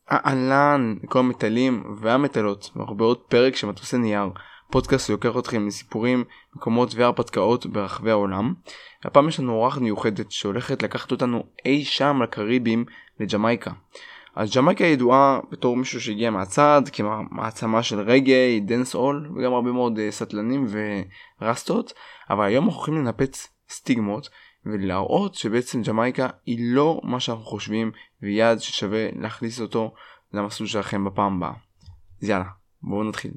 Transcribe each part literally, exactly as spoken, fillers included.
אהלן, כל המטלים והמטלות, ואנחנו בעוד פרק של מטוסי נייר, פודקאסט שלוקח אתכם לסיפורים, מקומות והרפתקאות ברחבי העולם. הפעם יש לנו אורחת מיוחדת שהולכת לקחת אותנו אי שם לקריבים, לג'מייקה. אז ג'מייקה ידועה בתור מישהו שהגיע מהצד, כמעצמה של רגעי, דנס אול, וגם הרבה מאוד סטלנים ורסטות, אבל היום אנחנו הולכים לנפץ סטיגמות, ולהראות שבעצם ג'מייקה היא לא מה שאנחנו חושבים, ויעד ששווה להכניס אותו למסלול שלכם בפעם הבאה. אז יאללה, בואו נתחיל.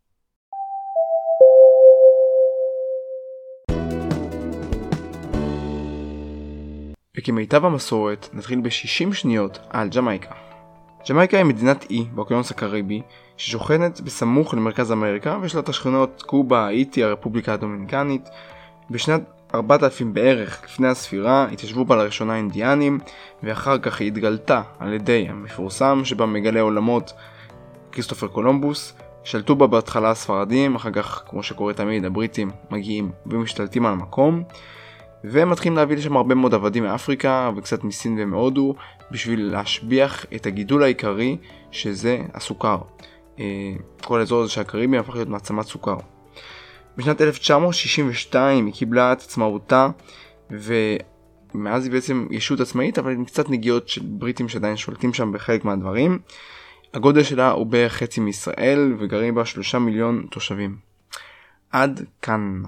וכמיטב המסורת, נתחיל ב-שישים שניות על ג'מייקה. ג'מייקה היא מדינת אי באוקיינוס הקריבי, ששוכנת בסמוך למרכז אמריקה, ויש לה את השכונות קובה, האיטי, הרפובליקה הדומיניקנית. בשנת ארבעת אלפים בערך לפני הספירה התיישבו בה לראשונה אינדיאנים, ואחר כך היא התגלתה על ידי המפורסם שבה מגלה עולמות כריסטופר קולומבוס. שלטו בה בהתחלה הספרדים, אחר כך כמו שקורה תמיד הבריטים מגיעים ומשתלטים על המקום, והם מתחילים להביא לשם הרבה מאוד עבדים מאפריקה וקצת מסין ומהודו בשביל להשביח את הגידול העיקרי שזה הסוכר. כל האזור הזה של הקריבים הפך להיות מעצמת סוכר. בשנת אלף תשע מאות שישים ושתיים היא קיבלה את עצמאותה, ומאז היא בעצם ישות עצמאית, אבל עם קצת נגיעות של בריטים שעדיין שולטים שם בחלק מהדברים. הגודל שלה הוא בערך חצי מישראל, וגרים בה שלושה מיליון תושבים. עד כאן.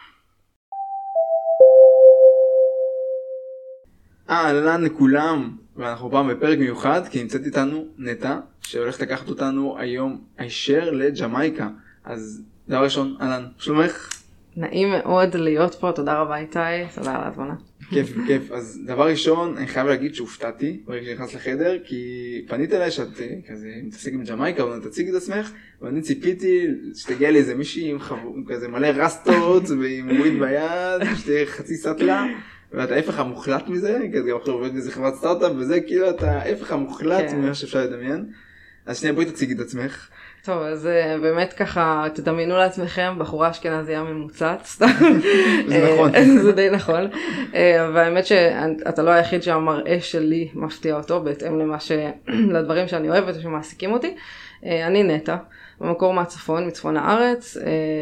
אהלן לכולם, ואנחנו פעם בפרק מיוחד, כי נמצאת איתנו נטע, שהולכת לקחת אותנו היום הישר לג'מייקה. אז דבר ראשון, אהלן, שלומך? נעים מאוד להיות פה, תודה רבה איתי, תודה על ההזמנה. כיף, כיף. אז דבר ראשון, אני חייב להגיד שהופתעתי ברגע שנכנס לחדר, כי פנית אליי שאת כזה מתעסק עם ג'מייקה, ואני תציג את עצמך, ואני ציפיתי שתגיע לי איזה מישהי עם חבור, כזה מלא רסטות, ועם וויד ביד, שתהיה חצי סטלה, ואתה ההפך המוחלט מזה, כי את גם עכשיו עובדת באיזה חברת סטארט-אפ, וזה כאילו אתה ההפך המוחלט ממה שאפשר לדמיין. אז שנייה, בואי תציגי את עצמך. טוב, אז באמת ככה, תדמיינו לעצמכם, בחורה אשכנזייה ממוצעת. זה נכון. זה די נכון. והאמת שאתה לא היחיד שהמראה שלי מפתיע אותו, בהתאם למה ש... לדברים שאני אוהבת ושמעסיקים אותי. אני נטע, במקור מהצפון, מצפון הארץ,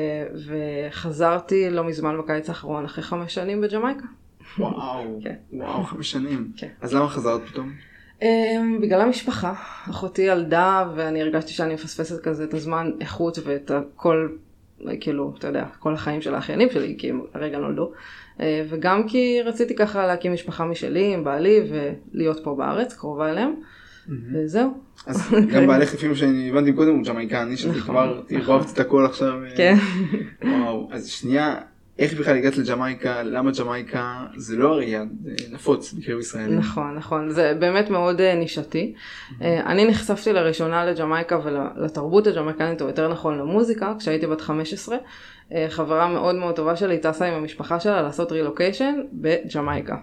וחזרתי לא מזמן בקיץ האחרון, אחרי חמש שנים בג'מייקה. וואו, וואו, חמש שנים. אז למה חזרת פתאום? בגלל המשפחה, אחותי ילדה ואני הרגשתי שאני מפספסת כזה את הזמן איכות ואת הכל, כאילו, אתה יודע, כל החיים של האחיינים שלי, כי הם הרגע נולדו, וגם כי רציתי ככה להקים משפחה משלי עם בעלי ולהיות פה בארץ, קרובה אליהם, וזהו. אז גם בעלך לפעמים שאני הבנתי קודם הוא ג'מייקני, שאתה כבר תרבבת את הכל עכשיו. כן. וואו, אז שנייה, איך בכלל הגעת לג'מייקה? למה ג'מייקה? זה לא הרי יד נפוץ בקרב ישראלים. נכון, נכון. זה באמת מאוד נישתי. אני נחשפתי לראשונה לג'מייקה ולתרבות הג'מייקנית, או יותר נכון למוזיקה, כשהייתי בת חמש עשרה. חברה מאוד מאוד טובה שלי טסה עם המשפחה שלה לעשות רילוקיישן בג'מייקה.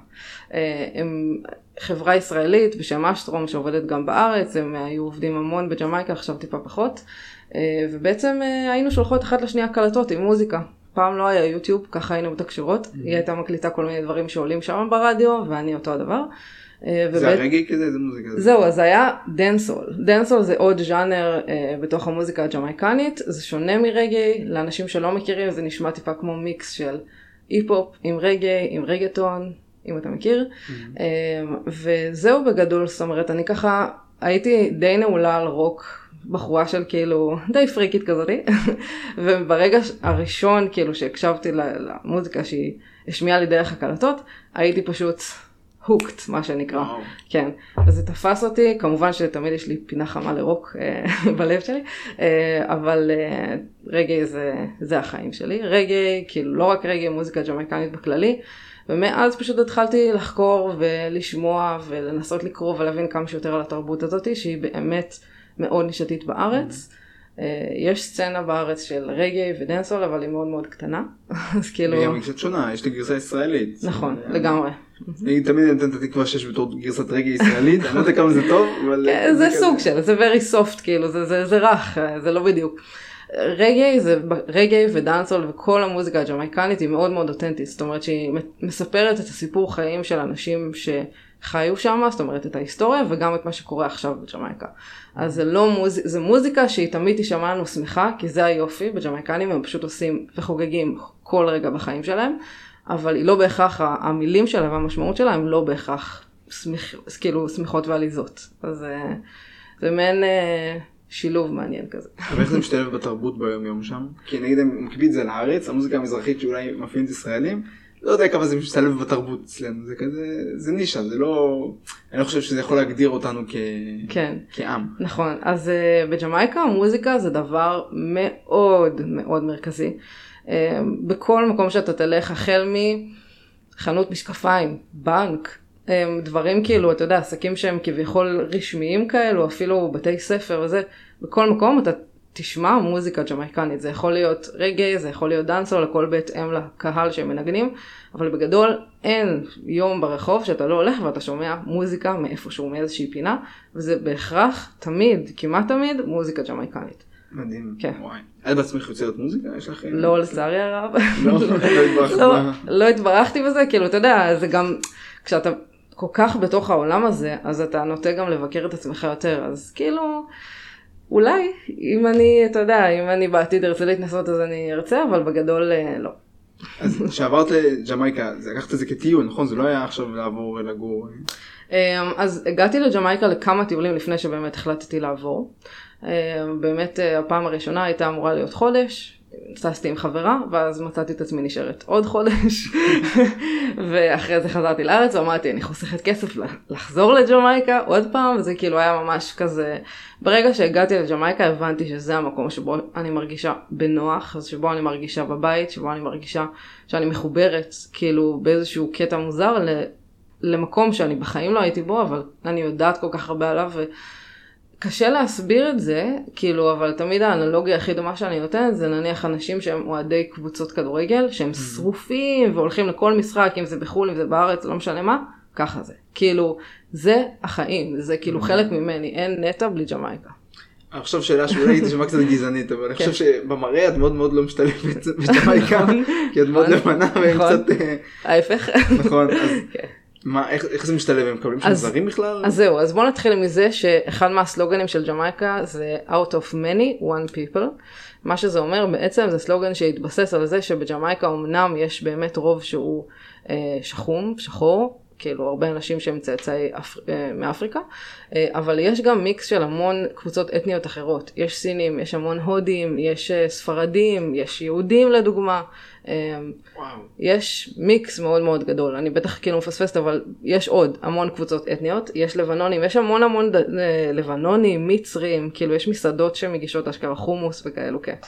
הם חברה ישראלית בשם אשטרום שעובדת גם בארץ, הם היו עובדים המון בג'מייקה, עכשיו טיפה פחות. ובעצם היינו שולחות אחת לשנייה קלטות עם מוזיקה. פעם לא היה יוטיוב, ככה היינו בתקשורות, mm-hmm. היא הייתה מקליטה כל מיני דברים שעולים שם ברדיו, ואני אותו הדבר. זה הרגעי כזה, זה מוזיקה. זהו, אז זה היה דנסול. דנסול זה עוד ז'אנר אה, בתוך המוזיקה הג'מייקנית, זה שונה מרגעי, לאנשים שלא מכירים זה נשמע טיפה כמו מיקס של היפ-הופ עם רגעי, עם רגטון, אם אתה מכיר. Mm-hmm. אה, וזהו בגדול, זאת אומרת, אני ככה הייתי די נעולה על רוק, בחורה של כאילו די פריקית כזאת, וברגע הראשון כאילו שהקשבתי למוזיקה שהיא השמיעה לי דרך הקלטות, הייתי פשוט הוקט, מה שנקרא. Wow. כן, אז זה תפס אותי, כמובן שתמיד יש לי פינה חמה לרוק בלב שלי, אבל רגעי זה, זה החיים שלי. רגעי, כאילו לא רק רגעי, מוזיקה ג'מייקנית בכללי, ומאז פשוט התחלתי לחקור ולשמוע ולנסות לקרוא ולהבין כמה שיותר על התרבות הזאת, שהיא באמת מאוד נישתית בארץ. Mm-hmm. יש סצנה בארץ של רגעי ודנסול, אבל היא מאוד מאוד קטנה. אז כאילו... וגם היא קצת שונה, יש לי גרסה ישראלית. נכון, לגמרי. אני תמיד נותן את התקווה שיש בתור גרסת רגעי ישראלית, אני לא יודע כמה זה טוב, אבל... זה סוג של, זה very soft, כאילו, זה רך, זה לא בדיוק. רגעי זה, רגעי ודנסול וכל המוזיקה הג'מייקנית היא מאוד מאוד אותנטית, זאת אומרת שהיא מספרת את הסיפור חיים של אנשים ש... חיו שם, זאת אומרת את ההיסטוריה וגם את מה שקורה עכשיו בג'מייקה. אז זה לא מוז... זה מוזיקה שהיא תמיד תשמע לנו שמחה, כי זה היופי, בג'מייקנים הם פשוט עושים וחוגגים כל רגע בחיים שלהם, אבל היא לא בהכרח, המילים שלה והמשמעות שלה הם לא בהכרח שמח... כאילו שמחות ועליזות. אז זה מעין שילוב מעניין כזה. אבל איך זה משתלב בתרבות ביום יום שם? כי נגיד הם מקביל את זה לארץ, המוזיקה המזרחית שאולי מאפיינת ישראלים, לא יודע כמה זה משתלב בתרבות אצלנו, זה כזה, זה נישה, זה לא, אני לא חושב שזה יכול להגדיר אותנו כ... כן. כעם. נכון, אז uh, בג'מייקה המוזיקה זה דבר מאוד מאוד מרכזי. Uh, בכל מקום שאתה תלך, החל מחנות משקפיים, בנק, um, דברים כאילו, אתה יודע, עסקים שהם כביכול רשמיים כאלו, אפילו בתי ספר וזה, בכל מקום אתה תשמע מוזיקה ג'מייקנית, זה יכול להיות רגעי, זה יכול להיות דאנסול, הכל בהתאם לקהל שהם מנגנים, אבל בגדול אין יום ברחוב שאתה לא הולך ואתה שומע מוזיקה מאיפשהו, מאיזושהי פינה, וזה בהכרח תמיד, כמעט תמיד, מוזיקה ג'מייקנית. מדהים. כן. וואי. את בעצמך יוצרת מוזיקה? יש לך... לא, לצערי הרב. לא, לא, לא התברכתי בזה, כאילו, אתה יודע, זה גם, כשאתה כל כך בתוך העולם הזה, אז אתה נוטה גם לבקר את עצמך יותר, אז כאילו... אולי, אם אני, אתה יודע, אם אני בעתיד ארצה להתנסות אז אני ארצה, אבל בגדול לא. אז כשעברת לג'מייקה, לקחת את זה כטיול, נכון? זה לא היה עכשיו לעבור לגור. אז הגעתי לג'מייקה לכמה טיולים לפני שבאמת החלטתי לעבור. באמת הפעם הראשונה הייתה אמורה להיות חודש, טסתי עם חברה, ואז מצאתי את עצמי נשארת עוד חודש, ואחרי זה חזרתי לארץ, ואמרתי, אני חוסכת כסף לחזור לג'מייקה עוד פעם, וזה כאילו היה ממש כזה, ברגע שהגעתי לג'מייקה, הבנתי שזה המקום שבו אני מרגישה בנוח, שבו אני מרגישה בבית, שבו אני מרגישה שאני מחוברת, כאילו באיזשהו קטע מוזר, למקום שאני בחיים לא הייתי בו, אבל אני יודעת כל כך הרבה עליו, ו... קשה להסביר את זה, כאילו, אבל תמיד האנלוגיה הכי דומה שאני נותנת, זה נניח אנשים שהם אוהדי קבוצות כדורגל, שהם שרופים והולכים לכל משחק, אם זה בחול, אם זה בארץ, לא משנה מה, ככה זה. כאילו, זה החיים, זה כאילו חלק ממני, אין נטע בלי ג'מייקה. אני חושב שאלה שאולי הייתי שמע קצת גזענית, אבל אני חושב שבמראה את מאוד מאוד לא משתלבת בג'מייקה, כי את מאוד לבנה והם קצת... ההפך. נכון, אז... מה, איך, איך זה משתלב? הם מקבלים שם זרים בכלל? אז זהו, אז בואו נתחיל מזה שאחד מהסלוגנים של ג'מייקה זה out of many, one people. מה שזה אומר בעצם זה סלוגן שהתבסס על זה שבג'מייקה אמנם יש באמת רוב שהוא אה, שחום, שחור, כאילו הרבה אנשים שהם צאצאי אפר... אה, מאפריקה, אה, אבל יש גם מיקס של המון קבוצות אתניות אחרות. יש סינים, יש המון הודים, יש אה, ספרדים, יש יהודים לדוגמה. וואו. יש מיקס מאוד מאוד גדול, אני בטח כאילו מפספסת, אבל יש עוד המון קבוצות אתניות, יש לבנונים, יש המון המון ד... לבנונים, מצרים, כאילו יש מסעדות שמגישות אשכרה חומוס וכאלו, כן.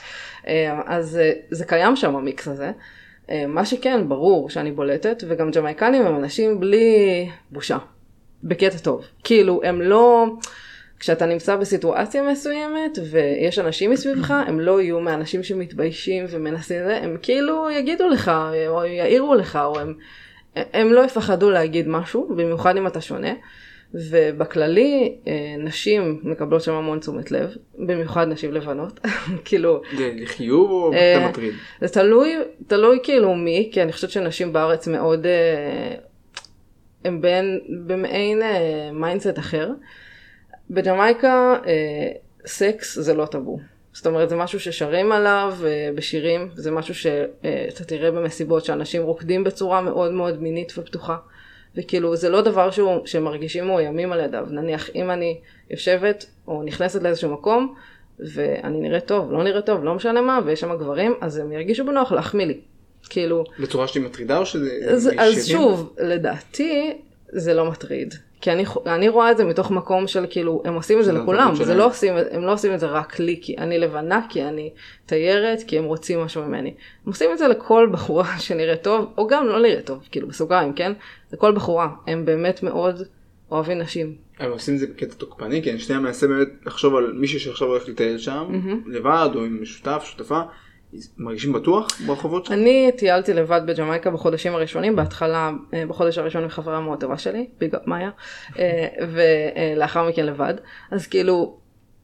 אז זה קיים שם המיקס הזה. מה שכן, ברור שאני בולטת, וגם ג'מייקנים הם אנשים בלי בושה, בקטע טוב. כאילו הם לא... כשאתה נמצא בסיטואציה מסוימת ויש אנשים מסביבך, הם לא יהיו מאנשים שמתביישים ומנסים את זה, הם כאילו יגידו לך או יעירו לך, או הם, הם לא יפחדו להגיד משהו, במיוחד אם אתה שונה. ובכללי, נשים מקבלות שם המון תשומת לב, במיוחד נשים לבנות, כאילו... זה לחיוב או אתה מטריד? זה תלוי, תלוי כאילו מי, כי אני חושבת שנשים בארץ מאוד, הם בין, במעין מיינדסט אחר. בג'מייקה סקס זה לא טאבו. זאת אומרת, זה משהו ששרים עליו בשירים, זה משהו שאתה תראה במסיבות שאנשים רוקדים בצורה מאוד מאוד מינית ופתוחה. וכאילו, זה לא דבר שהוא, שמרגישים מאוימים על ידיו. נניח, אם אני יושבת או נכנסת לאיזשהו מקום, ואני נראית טוב, לא נראית טוב, לא משנה מה, ויש שם גברים, אז הם ירגישו בנוח להחמיא לי. כאילו... בצורה שהיא מטרידה או שזה... אז, אז שוב, לדעתי, זה לא מטריד. כי אני, אני רואה את זה מתוך מקום של כאילו, הם עושים את זה לכולם, זה לא עושים, הם לא עושים את זה רק לי, כי אני לבנה, כי אני תיירת, כי הם רוצים משהו ממני. הם עושים את זה לכל בחורה שנראה טוב, או גם לא נראה טוב, כאילו בסוגריים, כן? לכל בחורה, הם באמת מאוד אוהבים נשים. הם עושים את זה בקטע תוקפני, כי אני שנייה מנסה באמת לחשוב על מישהו שעכשיו הולך לטייל שם, mm-hmm. לבד או עם משותף, שותפה, מרגישים בטוח ברחובות שם? אני טיילתי לבד בג'מייקה בחודשים הראשונים, בהתחלה, בחודש הראשון עם חברה מאוד טובה שלי, ביג מאיה, ולאחר מכן לבד. אז כאילו,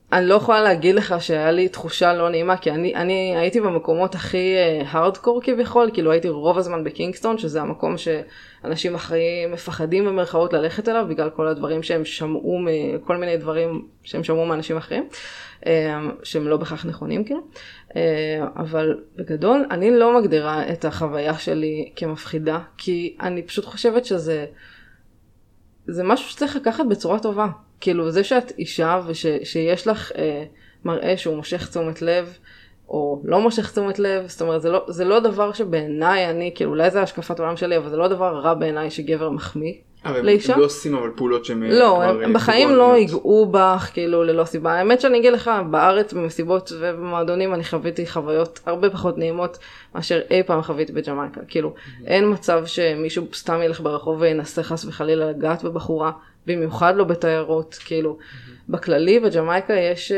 אני לא יכולה להגיד לך שהיה לי תחושה לא נעימה, כי אני, אני הייתי במקומות הכי הארדקור כביכול, כאילו הייתי רוב הזמן בקינגסטון, שזה המקום שאנשים אחרים מפחדים במרכאות ללכת אליו, בגלל כל הדברים שהם שמעו, כל מיני דברים שהם שמעו מאנשים אחרים, שהם לא בכך נכונים כאילו. אבל בגדול, אני לא מגדירה את החוויה שלי כמפחידה, כי אני פשוט חושבת שזה, זה משהו שצריך לקחת בצורה טובה. כאילו זה שאת אישה ושיש לך אה, מראה שהוא מושך תשומת לב, או לא מושך תשומת לב, זאת אומרת, זה לא, זה לא דבר שבעיניי אני, כאילו אולי זה השקפת העולם שלי, אבל זה לא דבר רע בעיניי שגבר מחמיא לאישה. הם לא עושים אבל פעולות שהם... לא, הם בחיים לא יגעו בך, כאילו ללא סיבה. האמת שאני אגיד לך, בארץ במסיבות ובמועדונים אני חוויתי חוויות הרבה פחות נעימות, מאשר אי פעם חוויתי בג'מייקה. כאילו, אין מצב שמישהו סתם ילך ברחוב וינסה חס וחלילה לגעת בבחורה, במיוחד לא בתיירות, כאילו, בכללי בג'מייקה יש,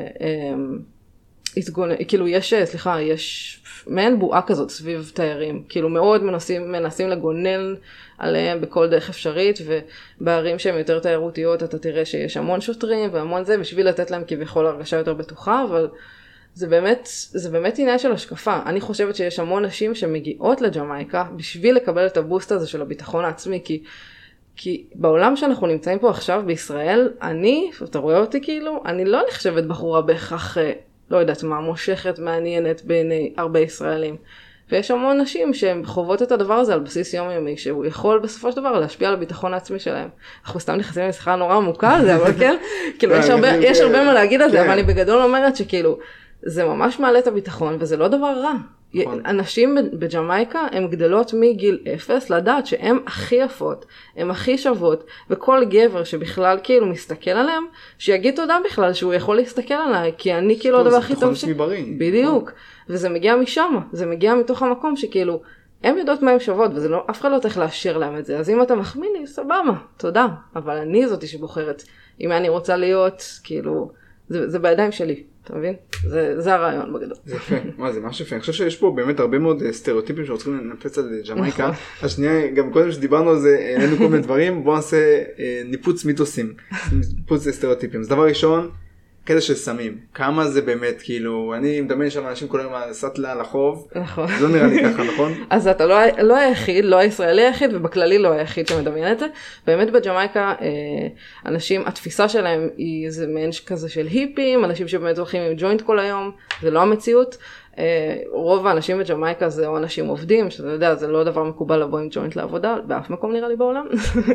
כאילו יש, סליחה, יש מעין בועה כזאת סביב תיירים, כאילו מאוד מנסים, מנסים לגונן עליהם בכל דרך אפשרית, ובערים שהן יותר תיירותיות אתה תראה שיש המון שוטרים והמון זה, בשביל לתת להם כביכול הרגשה יותר בטוחה, אבל זה באמת, זה באמת עניין של השקפה. אני חושבת שיש המון נשים שמגיעות לג'מייקה בשביל לקבל את הבוסט הזה של הביטחון העצמי, כי כי בעולם שאנחנו נמצאים פה עכשיו בישראל, אני, אתה רואה אותי כאילו, אני לא נחשבת בחורה בהכרח, לא יודעת מה, מושכת, מעניינת בעיני הרבה ישראלים. ויש המון נשים שהן חוות את הדבר הזה על בסיס יומיומי, שהוא יכול בסופו של דבר להשפיע על הביטחון העצמי שלהם. אנחנו סתם נכנסים לשיחה נורא עמוקה על זה, אבל כן, כאילו יש הרבה, יש הרבה מה להגיד על זה, אבל אני בגדול אומרת שכאילו, זה ממש מעלה את הביטחון, וזה לא דבר רע. אנשים בג'מייקה הם גדלות מגיל אפס לדעת שהן הכי יפות, הן הכי שוות, וכל גבר שבכלל כאילו מסתכל עליהם, שיגיד תודה בכלל שהוא יכול להסתכל עליי, כי אני כאילו הדבר הכי טוב ש... בדיוק, וזה מגיע משם, זה מגיע מתוך המקום שכאילו, הם יודעות מה הם שוות, וזה לא, אף אחד לא צריך להשאיר להם את זה, אז אם אתה מחמיא לי, סבבה, תודה, אבל אני זאתי שבוחרת, אם אני רוצה להיות, כאילו, זה, זה בידיים שלי. אתה מבין? זה, זה הרעיון בגדול. זה יפה, מה זה ממש יפה. אני חושב שיש פה באמת הרבה מאוד סטריאוטיפים שרוצים לנפץ על ג'מייקה. השנייה, גם קודם שדיברנו על זה, העלינו כל מיני דברים, בואו נעשה ניפוץ מיתוסים, ניפוץ סטריאוטיפים. אז דבר ראשון, קטע של סמים. כמה זה באמת, כאילו, אני מדמיין שם אנשים כל היום סטלה לחוב. נכון. זה לא נראה לי ככה, נכון? אז אתה לא, לא היחיד, לא הישראלי היחיד, ובכללי לא היחיד שמדמיין את זה. באמת בג'מייקה, אנשים, התפיסה שלהם היא איזה מעין כזה של היפים, אנשים שבאמת הולכים עם ג'וינט כל היום, זה לא המציאות. רוב האנשים בג'מייקה זה או אנשים עובדים, שאתה יודע, זה לא דבר מקובל לבוא עם ג'וינט לעבודה, באף מקום נראה לי בעולם.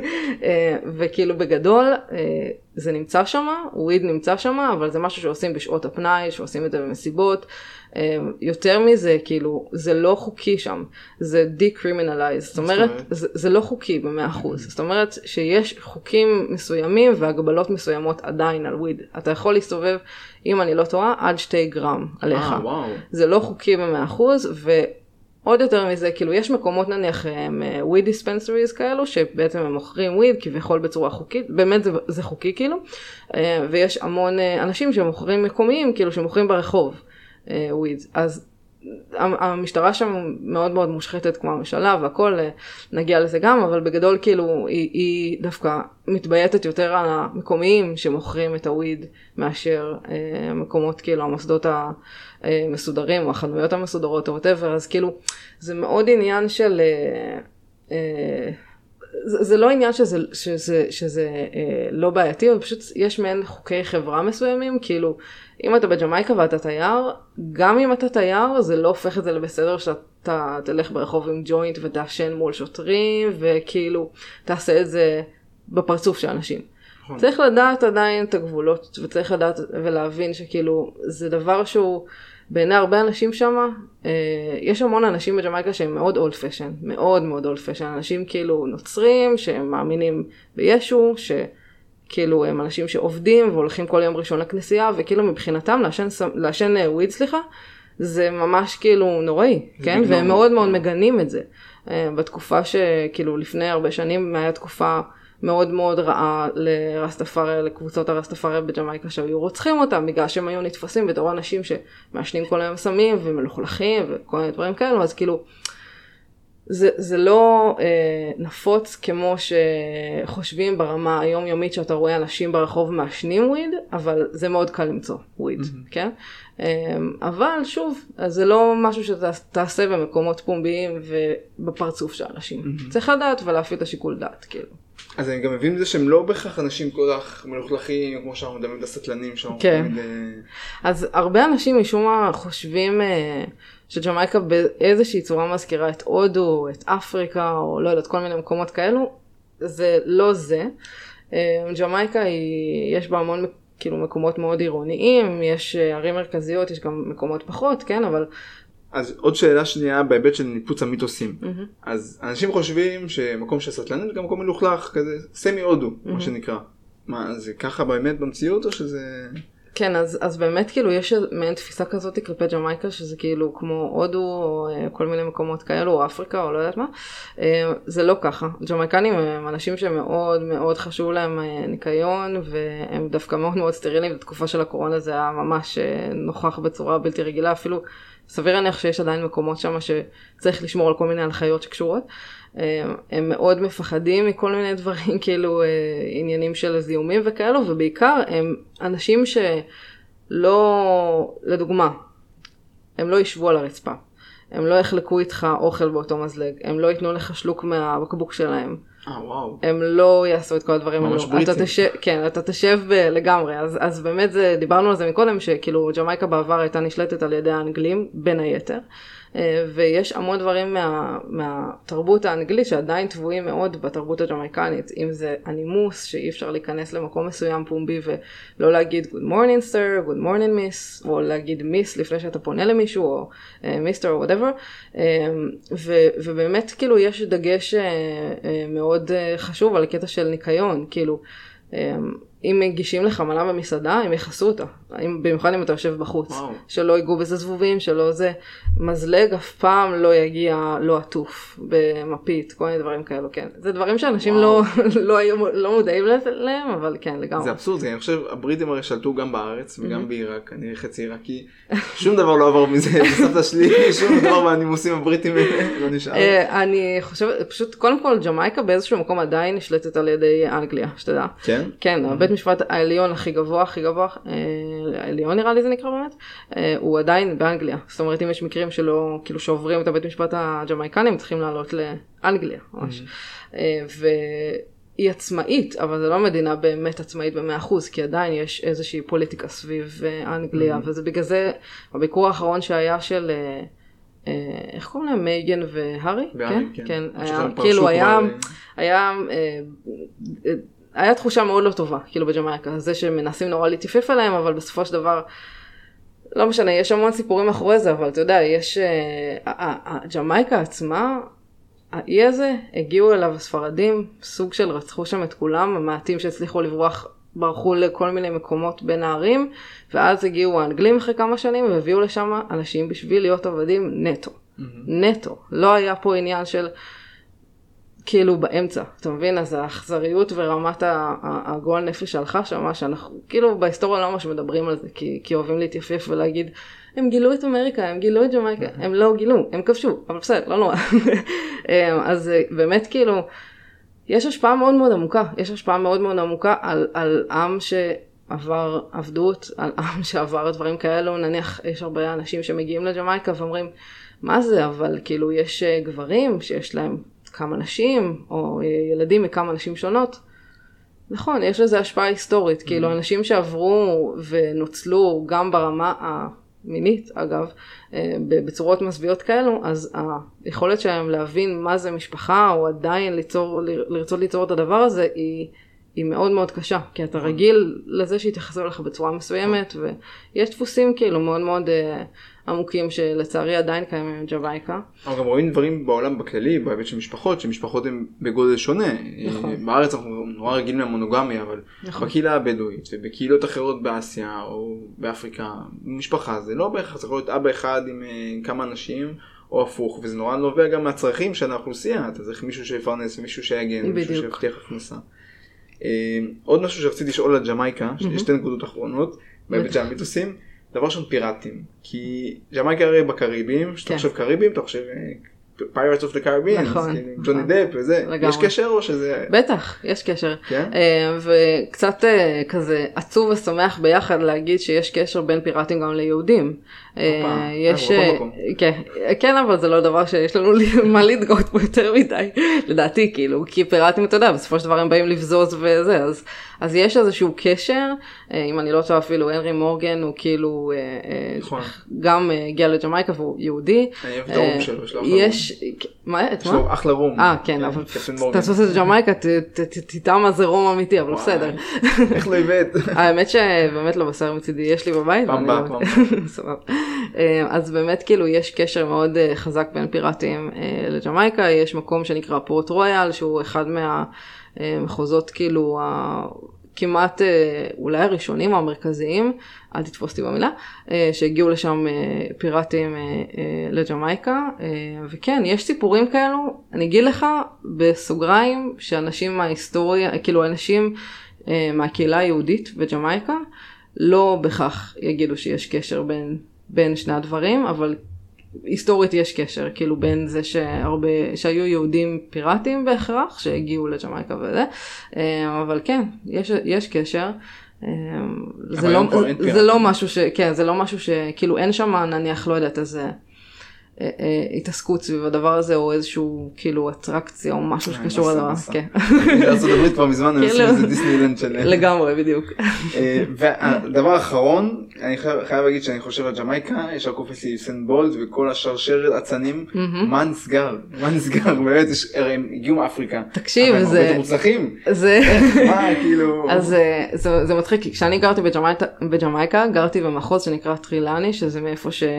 וכאילו בגדול, זה נמצא שם, וויד נמצא שם, אבל זה משהו שעושים בשעות הפנאי, שעושים את זה במסיבות. יותר מזה, כאילו, זה לא חוקי שם, זה decriminalized, זאת אומרת, זה, זה לא חוקי במאה אחוז, זאת אומרת שיש חוקים מסוימים והגבלות מסוימות עדיין על וויד. אתה יכול להסתובב, אם אני לא טועה, עד שתי גרם עליך. אה, וואו. זה לא חוקי במאה אחוז, ועוד יותר מזה, כאילו, יש מקומות נניח, וויד דיספנסריז כאלו, שבעצם הם מוכרים וויד כביכול בצורה חוקית, באמת זה, זה חוקי כאילו, ויש המון אנשים שמוכרים מקומיים, כאילו, שמוכרים ברחוב. וויד. אז המשטרה שם מאוד מאוד מושחתת כמו המשלה והכל, נגיע לזה גם, אבל בגדול כאילו היא, היא דווקא מתבייתת יותר על המקומיים שמוכרים את הוויד מאשר אה, מקומות כאילו המוסדות המסודרים או החנויות המסודרות או whatever, אז כאילו זה מאוד עניין של אה, אה, זה, זה לא עניין שזה, שזה, שזה אה, לא בעייתי, אבל פשוט יש מעין חוקי חברה מסוימים, כאילו אם אתה בג'מייקה ואתה תייר, גם אם אתה תייר, זה לא הופך את זה לבסדר שאתה תלך ברחוב עם ג'וינט ותעשן מול שוטרים, וכאילו תעשה את זה בפרצוף של אנשים. נכון. צריך לדעת עדיין את הגבולות, וצריך לדעת ולהבין שכאילו זה דבר שהוא בעיני הרבה אנשים שם, אה, יש המון אנשים בג'מייקה שהם מאוד אולד פשן, מאוד מאוד אולד פשן, אנשים כאילו נוצרים, שהם מאמינים בישו, ש... כאילו הם אנשים שעובדים והולכים כל יום ראשון לכנסייה, וכאילו מבחינתם לעשן, לעשן וויד, סליחה, זה ממש כאילו נוראי, כן? והם מאוד מאוד מגנים את זה. בתקופה שכאילו לפני הרבה שנים היה תקופה מאוד מאוד רעה לרסטפארי, לקבוצות הרסטפארי בג'מייקה שהיו רוצחים אותם, בגלל שהם היו נתפסים בתור אנשים שמעשנים כל היום סמים ומלוכלכים וכל מיני דברים כאלו, אז כאילו זה, זה לא אה, נפוץ כמו שחושבים ברמה היומיומית שאתה רואה אנשים ברחוב מעשנים וויד, אבל זה מאוד קל למצוא וויד, mm-hmm. כן? אה, אבל שוב, זה לא משהו שתעשה במקומות פומביים ובפרצוף של אנשים. Mm-hmm. צריך לדעת ולהפעיל את השיקול דעת, כאילו. אז אני גם מבין את זה שהם לא בכך אנשים כל כך מלוכלכים, כמו שאנחנו מדברים את הסטלנים שם. כן. תמיד... אז הרבה אנשים משום מה חושבים אה, שג'מייקה באיזושהי צורה מזכירה את הודו, את אפריקה, או לא יודעת, כל מיני מקומות כאלו. זה לא זה. אה, ג'מייקה היא, יש בה המון כאילו, מקומות מאוד עירוניים, יש ערים מרכזיות, יש גם מקומות פחות, כן, אבל... אז עוד שאלה שנייה בהיבט של ניפוץ המיתוסים. Mm-hmm. אז אנשים חושבים שמקום של סטלנים זה גם מקום מלוכלך, כזה סמי הודו, mm-hmm. מה שנקרא. מה, זה ככה באמת במציאות או שזה... כן, אז, אז באמת כאילו יש מעין תפיסה כזאת כלפי ג'מייקה, שזה כאילו כמו הודו או כל מיני מקומות כאלו, או אפריקה או לא יודעת מה. זה לא ככה. ג'מייקנים הם אנשים שמאוד מאוד חשוב להם ניקיון, והם דווקא מאוד מאוד סטרילים. בתקופה של הקורונה זה היה ממש נוכח בצורה בלתי רגילה, אפילו סביר להניח שיש עדיין מקומות שם שצריך לשמור על כל מיני הנחיות שקשורות. הם מאוד מפחדים מכל מיני דברים, כאילו עניינים של זיהומים וכאלו, ובעיקר הם אנשים שלא, לדוגמה, הם לא ישבו על הרצפה, הם לא יחלקו איתך אוכל באותו מזלג, הם לא ייתנו לך שלוק מהבקבוק שלהם. אה, וואו. הם לא יעשו את כל הדברים האלו. ממש בריטים. אתה תשב, כן, אתה תשב ב- לגמרי. אז, אז באמת זה, דיברנו על זה מקודם, שכאילו ג'מייקה בעבר הייתה נשלטת על ידי האנגלים, בין היתר. ויש המון דברים מה, מהתרבות האנגלית שעדיין טבועים מאוד בתרבות הג'מייקנית, אם זה הנימוס, שאי אפשר להיכנס למקום מסוים פומבי ולא להגיד good morning sir, good morning miss, או להגיד miss לפני שאתה פונה למישהו, או uh, mister או whatever, um, ו, ובאמת כאילו יש דגש uh, uh, מאוד uh, חשוב על הקטע של ניקיון, כאילו, um, אם מגישים לך מנה במסעדה, הם יחסו אותה. במיוחד אם אתה יושב בחוץ. וואו. שלא ייגעו בזה זבובים, שלא זה. מזלג אף פעם לא יגיע לא עטוף במפית, כל מיני דברים כאלו, כן. זה דברים שאנשים לא, לא, לא, לא מודעים להם, אבל כן, לגמרי. זה אבסורד, אני חושב, הבריטים הרי שלטו גם בארץ וגם בעיראק, אני חצי עיראקי. שום דבר לא עבר מזה, בסבתא שלי, שום דבר מהנימוסים הבריטים לא נשאר. אני חושבת, פשוט, קודם כל, ג'מייקה באיזשהו מקום עדיין נשלטת על ידי אנגליה, שתדע. כן? כן, בית משפט העליון הכי גבוה, הכי גבוה, העליון נראה לי זה נקרא באמת, הוא עדיין באנגליה. זאת אומרת, אם יש מקרים שלא, כאילו שעוברים את הבית משפט הג'מייקני, הם צריכים לעלות לאנגליה, ממש. והיא עצמאית, אבל זה לא מדינה באמת עצמאית ב-מאה אחוז, כי עדיין יש איזושהי פוליטיקה סביב אנגליה, וזה בגלל זה, הביקור האחרון שהיה של, איך קוראים להם? מייגן והארי? והארי, כן. כן, כאילו היה, היה, היה תחושה מאוד לא טובה, כאילו בג'מייקה, זה שמנסים נורא להתייפף עליהם, אבל בסופו של דבר, לא משנה, יש המון סיפורים אחרי זה, אבל אתה יודע, יש, הג'מייקה עצמה, האי הזה, הגיעו אליו הספרדים, סוג של רצחו שם את כולם, המעטים שהצליחו לברוח, ברחו לכל מיני מקומות בין הערים, ואז הגיעו האנגלים אחרי כמה שנים, והביאו לשם אנשים בשביל להיות עבדים נטו. נטו. לא היה פה עניין של, כאילו באמצע, אתה מבין? אז האכזריות ורמת הגועל נפש הלכה שם, שאנחנו, כאילו בהיסטוריה לא ממש מדברים על זה, כי, כי אוהבים להתייפף ולהגיד, הם גילו את אמריקה, הם גילו את ג'מייקה, הם לא גילו, הם כבשו, אבל בסדר, לא נורא. אז באמת כאילו, יש השפעה מאוד מאוד עמוקה, יש השפעה מאוד מאוד עמוקה על, על עם שעבר עבדות, על עם שעבר דברים כאלו, נניח יש הרבה אנשים שמגיעים לג'מייקה ואומרים, מה זה? אבל כאילו יש גברים שיש להם כמה נשים, או ילדים מכמה נשים שונות. נכון, יש לזה השפעה היסטורית, mm-hmm. כאילו אנשים שעברו ונוצלו גם ברמה המינית, אגב, בצורות מסביעות כאלו, אז היכולת שלהם להבין מה זה משפחה, או עדיין ליצור, לרצות ליצור את הדבר הזה, היא, היא מאוד מאוד קשה, כי אתה רגיל לזה שהתייחסו לך בצורה מסוימת, ויש דפוסים כאילו מאוד מאוד עמוקים שלצערי עדיין קיימים עם ג'מייקה. אבל גם רואים דברים בעולם בכללי, בהיבט של משפחות, שמשפחות הן בגודל שונה. נכון. בארץ אנחנו נורא רגילים למונוגמיה, אבל נכון. בקהילה הבדואית ובקהילות אחרות באסיה או באפריקה, משפחה זה לא בהכרח, זה יכול להיות אבא אחד עם כמה אנשים, או הפוך, וזה נורא נובע גם מהצרכים של האוכלוסייה, אתה צריך מישהו שיפרנס ומישהו שיגן, מישהו שיבטיח הכנסה. עוד משהו שרציתי לשאול על ג'מייקה, יש שתי נקודות אחרונות, בהיבט של המיתוסים, דבר שם פיראטים, כי ג'מייקה הרי בקריבים, שאתה חושב קריבים, אתה חושב Pirates of the Caribbean, נכון, ג'וני דפ וזה, יש קשר או שזה... בטח, יש קשר. וקצת כזה עצוב ושמח ביחד להגיד שיש קשר בין פיראטים גם ליהודים. יש... כן, אבל זה לא דבר שיש לנו מה להתגאות פה יותר מדי, לדעתי, כאילו, כי פיראטים, אתה יודע, בסופו של דבר הם באים לבזוז וזה, אז... אז יש איזשהו קשר, אם אני לא טועה אפילו, הנרי מורגן הוא כאילו גם הגיע לג'מייקה והוא יהודי. אני אוהב את הרום שלו, יש לו אחלה רום. יש, מה? יש לו אחלה רום. אה, כן, אבל תעשו את ג'מייקה, תטעה מה זה רום אמיתי, אבל בסדר. איך לא הבאת? האמת שבאמת לא בשר מצידי, יש לי בבית. פעם בא, פעם בא. אז באמת כאילו יש קשר מאוד חזק בין פיראטים לג'מייקה, יש מקום שנקרא פורט רויאל, שהוא אחד מה... מחוזות כאילו כמעט אולי הראשונים או המרכזיים, אל תתפוס אותי במילה, שהגיעו לשם פיראטים לג'מייקה, וכן, יש סיפורים כאלו, אני אגיד לך בסוגריים, שאנשים מההיסטוריה, כאילו אנשים מהקהילה היהודית בג'מייקה, לא בכך יגידו שיש קשר בין, בין שני הדברים, אבל היסטורית יש קשר, כאילו בין זה שהרבה, שהיו יהודים פיראטים בהכרח, שהגיעו לג'מייקה וזה, אבל כן, יש, יש קשר. זה לא, זה לא משהו ש, כן, זה לא משהו שכאילו אין שם, נניח, לא יודעת, איזה התעסקות סביב הדבר הזה, או איזשהו כאילו אטרקציה, או משהו שקשור לדבר. כן. בארצות הברית כבר מזמן הם עושים איזה דיסנילנד שלהם. לגמרי, בדיוק. והדבר האחרון, אני חייב להגיד שאני חושב על ג'מייקה, יש הקופס יוסן בולט, וכל השרשרת עצנים, מה נסגר? מה נסגר? באמת, הם הגיעו מאפריקה. תקשיב, זה... אבל הם מוצלחים. זה... מה, כאילו... אז זה מצחיק, כי כשאני גרתי בג'מייקה, גרתי במחוז שנקרא טרילני, שזה מאיפה ש...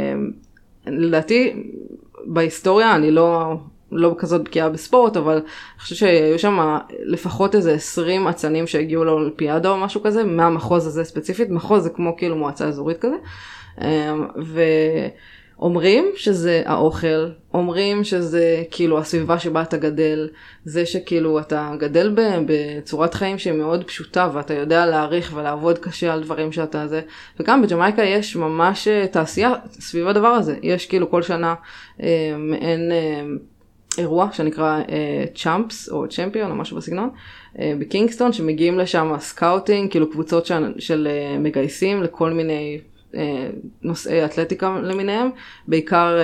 לדעתי, בהיסטוריה, אני לא, לא כזאת בקיאה בספורט, אבל אני חושב שהיו שם לפחות איזה עשרים עצנים שהגיעו לאולימפיאדה או משהו כזה, מהמחוז הזה ספציפית. מחוז זה כמו כאילו מועצה אזורית כזה. ואומרים שזה האוכל, אומרים שזה כאילו הסביבה שבה אתה גדל, זה שכאילו אתה גדל בצורת חיים שהיא מאוד פשוטה, ואתה יודע להעריך ולעבוד קשה על דברים שאתה זה. וגם בג'מייקה יש ממש תעשייה סביב הדבר הזה. יש כאילו כל שנה מעין אירוע שנקרא צ'אמפס או צ'מפיון או משהו בסגנון, בקינגסטון, שמגיעים לשם סקאוטינג, כאילו קבוצות של מגייסים לכל מיני נושאי אתלטיקה למיניהם, בעיקר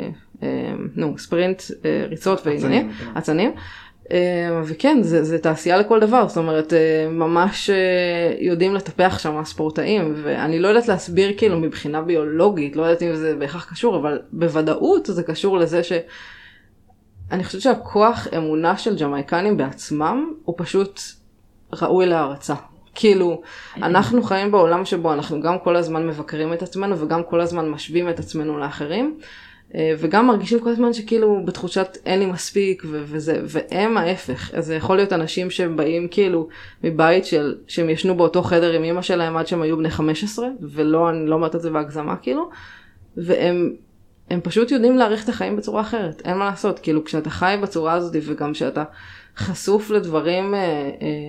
נו, ספרינט, ריצות ועניינים, עצנים. וכן, זה, זה תעשייה לכל דבר, זאת אומרת, ממש יודעים לטפח שם הספורטאים, ואני לא יודעת להסביר כאילו מבחינה ביולוגית, לא יודעת אם זה בהכרח קשור, אבל בוודאות זה קשור לזה ש... אני חושבת שהכוח אמונה של ג'מייקנים בעצמם, הוא פשוט ראוי להערצה. כאילו, אנחנו חיים בעולם שבו אנחנו גם כל הזמן מבקרים את עצמנו, וגם כל הזמן משווים את עצמנו לאחרים, וגם מרגישים כל הזמן שכאילו בתחושת אין לי מספיק ו- וזה, והם ההפך. אז זה יכול להיות אנשים שבאים כאילו מבית של, שהם ישנו באותו חדר עם אמא שלהם עד שהם היו בני חמש עשרה, ולא, אני לא אומרת את זה בהגזמה כאילו, והם הם פשוט יודעים להעריך את החיים בצורה אחרת. אין מה לעשות, כאילו כשאתה חי בצורה הזאת, וגם כשאתה חשוף לדברים אה, אה,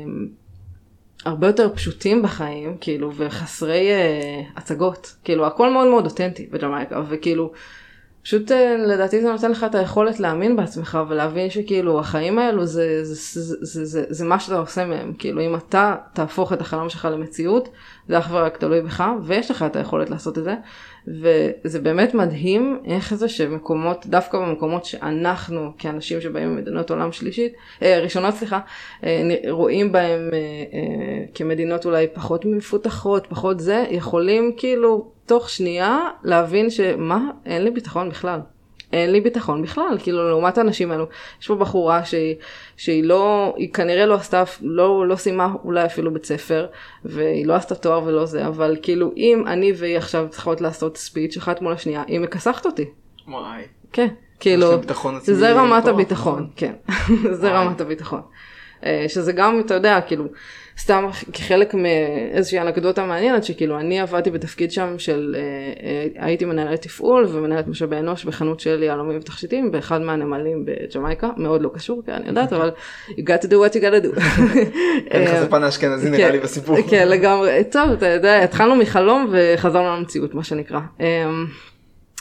הרבה יותר פשוטים בחיים, כאילו, וחסרי אה, הצגות, כאילו, הכל מאוד מאוד אותנטי בג'מייקה, וכאילו, פשוט לדעתי זה נותן לך את היכולת להאמין בעצמך, ולהבין שכאילו החיים האלו זה, זה, זה, זה, זה, זה מה שאתה עושה מהם. כאילו אם אתה תהפוך את החלום שלך למציאות, זה אך ורק תלוי בך, ויש לך את היכולת לעשות את זה. וזה באמת מדהים איך זה שמקומות, דווקא במקומות שאנחנו כאנשים שבאים ממדינות עולם שלישית, אה, ראשונות סליחה, אה, רואים בהם אה, אה, כמדינות אולי פחות מפותחות, פחות זה, יכולים כאילו תוך שנייה להבין שמה, אין לי ביטחון בכלל. אין לי ביטחון בכלל, כאילו לעומת האנשים האלו, יש פה בחורה שהיא, שהיא לא, היא כנראה לא עשתה, לא, לא סיימה אולי אפילו בית ספר, והיא לא עשתה תואר ולא זה, אבל כאילו אם אני והיא עכשיו צריכות לעשות ספיץ' אחת מול השנייה, היא מכסחת אותי. וואי. כן, כאילו, זה רמת הביטחון, כן, זה רמת הביטחון. שזה גם, אתה יודע, כאילו, סתם כחלק מאיזושהי אנקדוטה מעניינת, שכאילו אני עבדתי בתפקיד שם של, הייתי מנהלת תפעול ומנהלת משאבי אנוש בחנות של יהלומים ותכשיטים, באחד מהנמלים בג'מייקה, מאוד לא קשור, כי אני יודעת, אבל you got to do what you gotta do. אין לך ספן האשכנזי נראה לי בסיפור. כן, לגמרי, טוב, אתה יודע, התחלנו מחלום וחזרנו למציאות, מה שנקרא.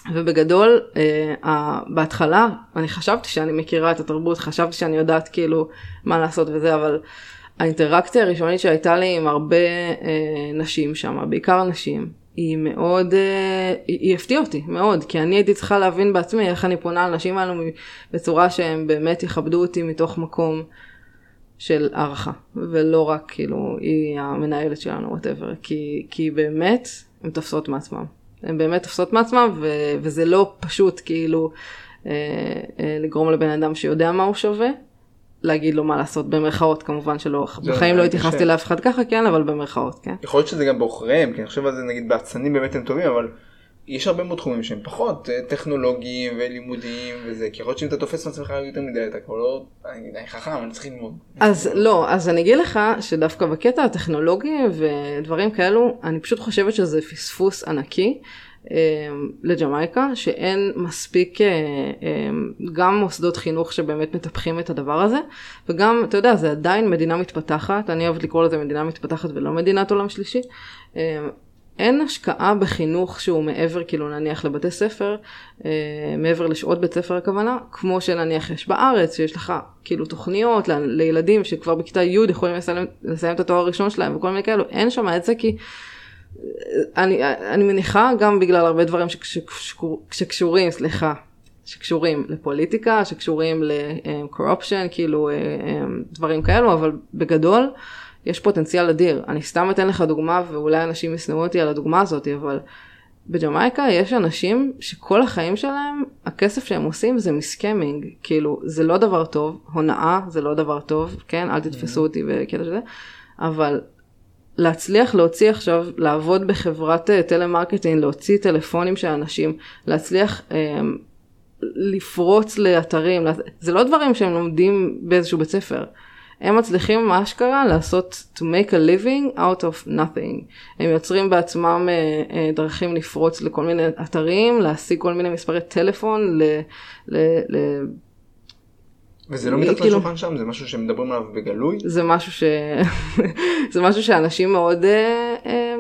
ובגדול, אה, בהתחלה, אני חשבתי שאני מכירה את התרבות, חשבתי שאני יודעת כאילו מה לעשות וזה, אבל האינטראקציה הראשונית שהייתה לי עם הרבה אה, נשים שם, בעיקר נשים, היא מאוד, אה, היא, היא הפתיעה אותי מאוד, כי אני הייתי צריכה להבין בעצמי איך אני פונה על נשים האלו בצורה שהם באמת יכבדו אותי מתוך מקום של הערכה, ולא רק כאילו היא המנהלת שלנו, whatever, כי, כי באמת הן תופסות מעצמם. הן באמת תופסות מעצמם, ו- וזה לא פשוט כאילו אה, אה, לגרום לבן אדם שיודע מה הוא שווה, להגיד לו מה לעשות, במרכאות כמובן שלא, בחיים לא התייחסתי לאף אחד ככה, כן, אבל במרכאות, כן. יכול להיות שזה גם בוחריהם, כי אני חושב על זה, נגיד, בעצנים באמת הם טובים, אבל יש הרבה מאוד תחומים שהם פחות טכנולוגיים ולימודיים וזה, כי יכול להיות שאם אתה תופס מעצמך יותר מדי, אתה כבר לא, אני חכם, אני צריך ללמוד. אז לא, אז אני אגיד לך שדווקא בקטע הטכנולוגי ודברים כאלו, אני פשוט חושבת שזה פספוס ענקי לג'מייקה, שאין מספיק גם מוסדות חינוך שבאמת מטפחים את הדבר הזה, וגם, אתה יודע, זה עדיין מדינה מתפתחת, אני אוהבת לקרוא לזה מדינה מתפתחת ולא מדינת עולם שלישי, אין השקעה בחינוך שהוא מעבר, כאילו נניח לבתי ספר, מעבר לשעות בית ספר הכוונה, כמו שנניח יש בארץ, שיש לך כאילו תוכניות ל- לילדים שכבר בכיתה י' יכולים לסיים, לסיים את התואר הראשון שלהם וכל מיני כאלו, אין שם את זה כי אני, אני מניחה גם בגלל הרבה דברים שקשור, שקשורים, סליחה, שקשורים לפוליטיקה, שקשורים לקורופשן, כאילו דברים כאלו, אבל בגדול יש פוטנציאל אדיר. אני סתם אתן לך דוגמה, ואולי אנשים יסנאו אותי על הדוגמה הזאת, אבל בג'מייקה יש אנשים שכל החיים שלהם, הכסף שהם עושים זה מסקמינג, כאילו זה לא דבר טוב, הונאה זה לא דבר טוב, כן? אל תתפסו אותי וקטע שזה, אבל להצליח להוציא עכשיו, לעבוד בחברת טלמרקטינג, להוציא טלפונים של אנשים, להצליח אה, לפרוץ לאתרים, זה לא דברים שהם לומדים באיזשהו בית ספר. הם מצליחים מה שקרה לעשות to make a living out of nothing. הם יוצרים בעצמם אה, אה, דרכים לפרוץ לכל מיני אתרים, להשיג כל מיני מספרי טלפון, ל... ל, ל וזה לא מתחת כאילו, לשולחן שם? זה משהו שמדברים עליו בגלוי? זה משהו ש... זה משהו שאנשים מאוד... אה, אה,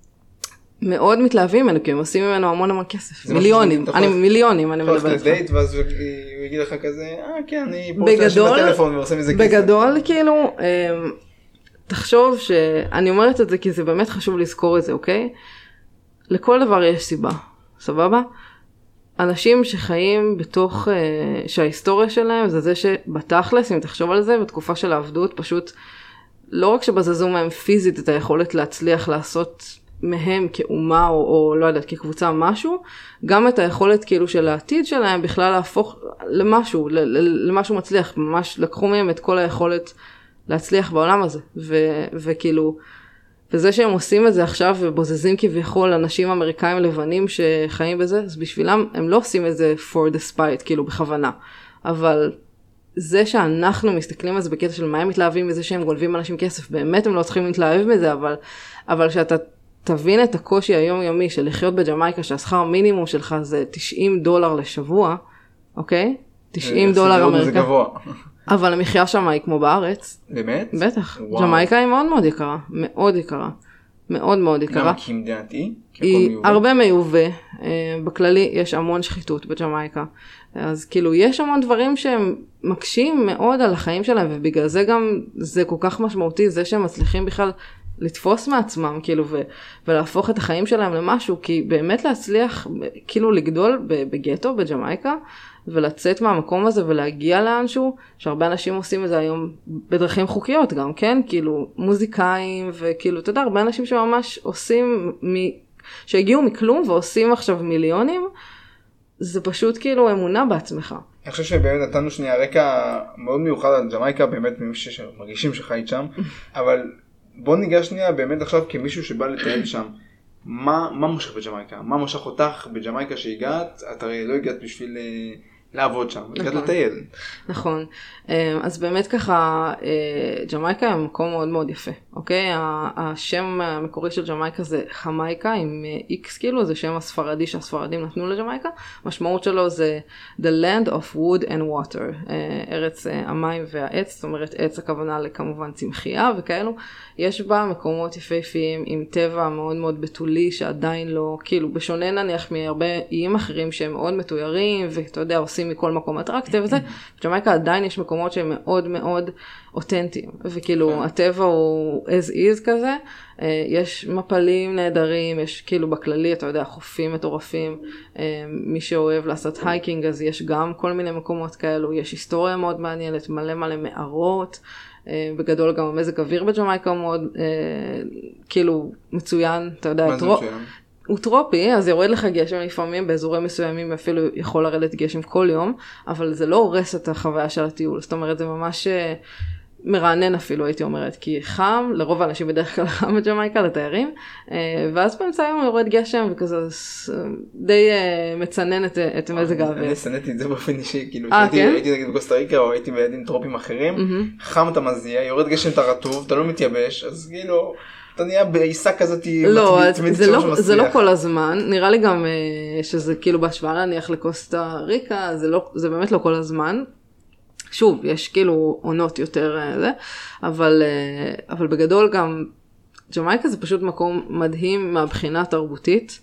מאוד מתלהבים ממנו, כי הם עושים ממנו המון המון כסף. מיליונים. אני מיליונים, אני מדבר איתך. דייט, ואז הוא יגיד לך כזה, אה, כן, אני פה רוצה לשם בטלפון ועושה מזה כסף. בגדול, כאילו, תחשוב שאני אומרת את זה, כי זה באמת חשוב לזכור את זה, אוקיי? לכל דבר יש סיבה. סבבה? אנשים שחיים בתוך, שההיסטוריה שלהם, זה זה שבתכלס, אם תחשוב על זה, בתקופה של העבדות, פשוט, לא רק שבזזו מהם פיזית את היכולת להצליח לעשות מהם כאומה או, או לא יודעת, כקבוצה משהו, גם את היכולת כאילו של העתיד שלהם בכלל להפוך למשהו, למשהו מצליח, ממש לקחו מהם את כל היכולת להצליח בעולם הזה, ו, וכאילו, וזה שהם עושים את זה עכשיו ובוזזים כביכול אנשים אמריקאים לבנים שחיים בזה, אז בשבילם הם לא עושים את זה for the spite, כאילו בכוונה, אבל זה שאנחנו מסתכלים על זה בקטע של מה הם מתלהבים מזה שהם גולבים אנשים כסף, באמת הם לא צריכים להתלהב מזה, אבל, אבל שאתה תבין את הקושי היומיומי של לחיות בג'מייקה, שהשכר המינימום שלך זה תשעים דולר לשבוע, אוקיי? תשעים דולר אמריקה. אבל המחיה שם היא כמו בארץ. באמת? בטח. ג'מייקה היא מאוד מאוד יקרה. מאוד יקרה. מאוד מאוד יקרה. למה? כי מדעתי? היא הרבה מיובה. בכללי יש המון שחיתות בג'מייקה. אז כאילו יש המון דברים שהם מקשים מאוד על החיים שלהם, ובגלל זה גם זה כל כך משמעותי, זה שהם מצליחים בכלל לתפוס מעצמם, כאילו, ו- ולהפוך את החיים שלהם למשהו, כי באמת להצליח, כאילו, לגדול בגטו, בג'מייקה, ולצאת מהמקום הזה ולהגיע לאנשהו, שהרבה אנשים עושים את זה היום בדרכים חוקיות גם, כן? כאילו, מוזיקאים, וכאילו, אתה יודע, הרבה אנשים שממש עושים, מ- שהגיעו מכלום ועושים עכשיו מיליונים, זה פשוט כאילו אמונה בעצמך. אני חושב שבאמת נתנו שנייה רקע מאוד מיוחד על ג'מייקה, באמת ממישהו שמרגישים שחיית שם, אבל בוא ניגש שנייה באמת עכשיו כמישהו שבא לטייל שם, מה, מה מושך בג'מייקה? מה מושך אותך בג'מייקה שהגעת? את הרי לא הגעת בשביל לעבוד שם, הגעת לטייל. נכון. אז באמת ככה, ג'מייקה היא מקום מאוד מאוד יפה, אוקיי? השם המקורי של ג'מייקה זה חמייקה עם X כאילו, זה שם הספרדי שהספרדים נתנו לג'מייקה. המשמעות שלו זה The Land of Wood and Water, ארץ המים והעץ, זאת אומרת עץ הכוונה לכמובן צמחייה וכאלו. יש בה מקומות יפהפיים עם טבע מאוד מאוד בתולי שעדיין לא, כאילו בשונה נניח מהרבה איים אחרים שהם מאוד מתוירים ואתה יודע עושים מכל מקום אטרקציה וזה, בג'מייקה עדיין יש מקומות שהם מאוד מאוד אותנטיים, וכאילו הטבע הוא as is כזה, יש מפלים נהדרים, יש כאילו בכללי, אתה יודע, חופים מטורפים, מי שאוהב לעשות הייקינג אז יש גם כל מיני מקומות כאלו, יש היסטוריה מאוד מעניינת, מלא מלא מערות, בגדול גם המזג אוויר בג'מייקה הוא מאוד כאילו מצוין, אתה יודע, מה זה מצוין? הוא טרופי, אז יורד לך גשם לפעמים, באזורים מסוימים אפילו יכול לרדת גשם כל יום, אבל זה לא הורס את החוויה של הטיול, זאת אומרת זה ממש מרענן אפילו הייתי אומרת, כי חם, לרוב האנשים בדרך כלל חם בג'מייקה לתיירים, ואז באמצע היום יורד גשם וכזה די מצנן את, את מזג האוויר. אני סנתי את זה באופן אישי, כאילו הייתי נגיד בקוסטה ריקה או הייתי בידים טרופים אחרים, חם אתה מזיע, יורד גשם אתה רטוב, אתה לא מתייבש, אז כאילו... אתה נהיה בעיסה כזאת לא, זה לא, זה לא כל הזמן, נראה לי גם שזה כאילו בהשוואה להניח לקוסטה ריקה, זה לא, זה באמת לא כל הזמן. שוב, יש כאילו עונות יותר זה, אבל, אבל בגדול גם ג'מייקה זה פשוט מקום מדהים מהבחינה התרבותית.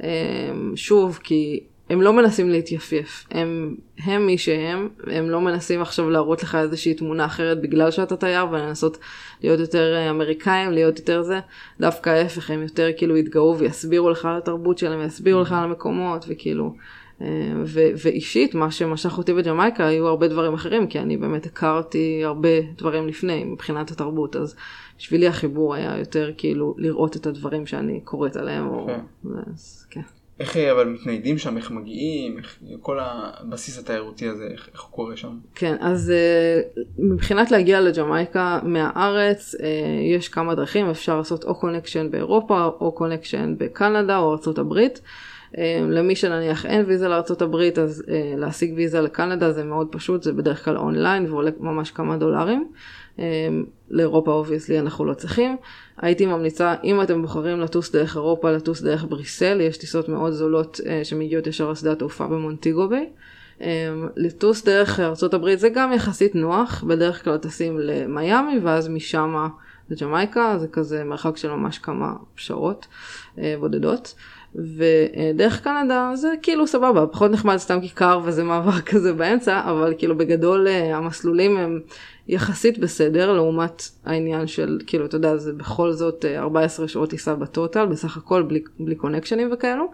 שוב, כי הם לא מנסים להתייפייף, הם, הם מי שהם, הם לא מנסים עכשיו להראות לך איזושהי תמונה אחרת בגלל שאתה תייר, ולנסות להיות יותר אמריקאים, להיות יותר זה, דווקא ההפך, הם יותר כאילו יתגאו ויסבירו לך על התרבות שלהם, ויסבירו לך על המקומות, וכאילו, ו- ואישית, מה שמשך אותי בג'מייקה, היו הרבה דברים אחרים, כי אני באמת הכרתי הרבה דברים לפני, מבחינת התרבות, אז בשבילי החיבור היה יותר כאילו לראות את הדברים שאני קוראת עליהם, או... אז, כן. איך אבל מתניידים שם, איך מגיעים, איך, כל הבסיס התיירותי הזה, איך, איך הוא קורה שם? כן, אז מבחינת להגיע לג'מייקה מהארץ, יש כמה דרכים, אפשר לעשות או קונקשן באירופה, או קונקשן בקנדה, או ארצות הברית. למי שנניח אין ויזה לארצות הברית, אז להשיג ויזה לקנדה זה מאוד פשוט, זה בדרך כלל אונליין, ועולה ממש כמה דולרים. לאירופה, obviously, אנחנו לא צריכים. הייתי ממליצה, אם אתם בוחרים לטוס דרך אירופה, לטוס דרך בריסל, יש טיסות מאוד זולות שמגיעות ישר לשדה התעופה במונטיגו ביי. לטוס דרך ארצות הברית זה גם יחסית נוח, בדרך כלל טסים למיימי, ואז משם לג'מייקה, זה כזה מרחק של ממש כמה שעות בודדות. ודרך קנדה זה כאילו סבבה, פחות נחמד סתם כיכר וזה מעבר כזה באמצע, אבל כאילו בגדול המסלולים הם יחסית בסדר, לעומת העניין של, כאילו אתה יודע, זה בכל זאת ארבע עשרה שעות טיסה בטוטל, בסך הכל בלי, בלי קונקשנים וכאלו.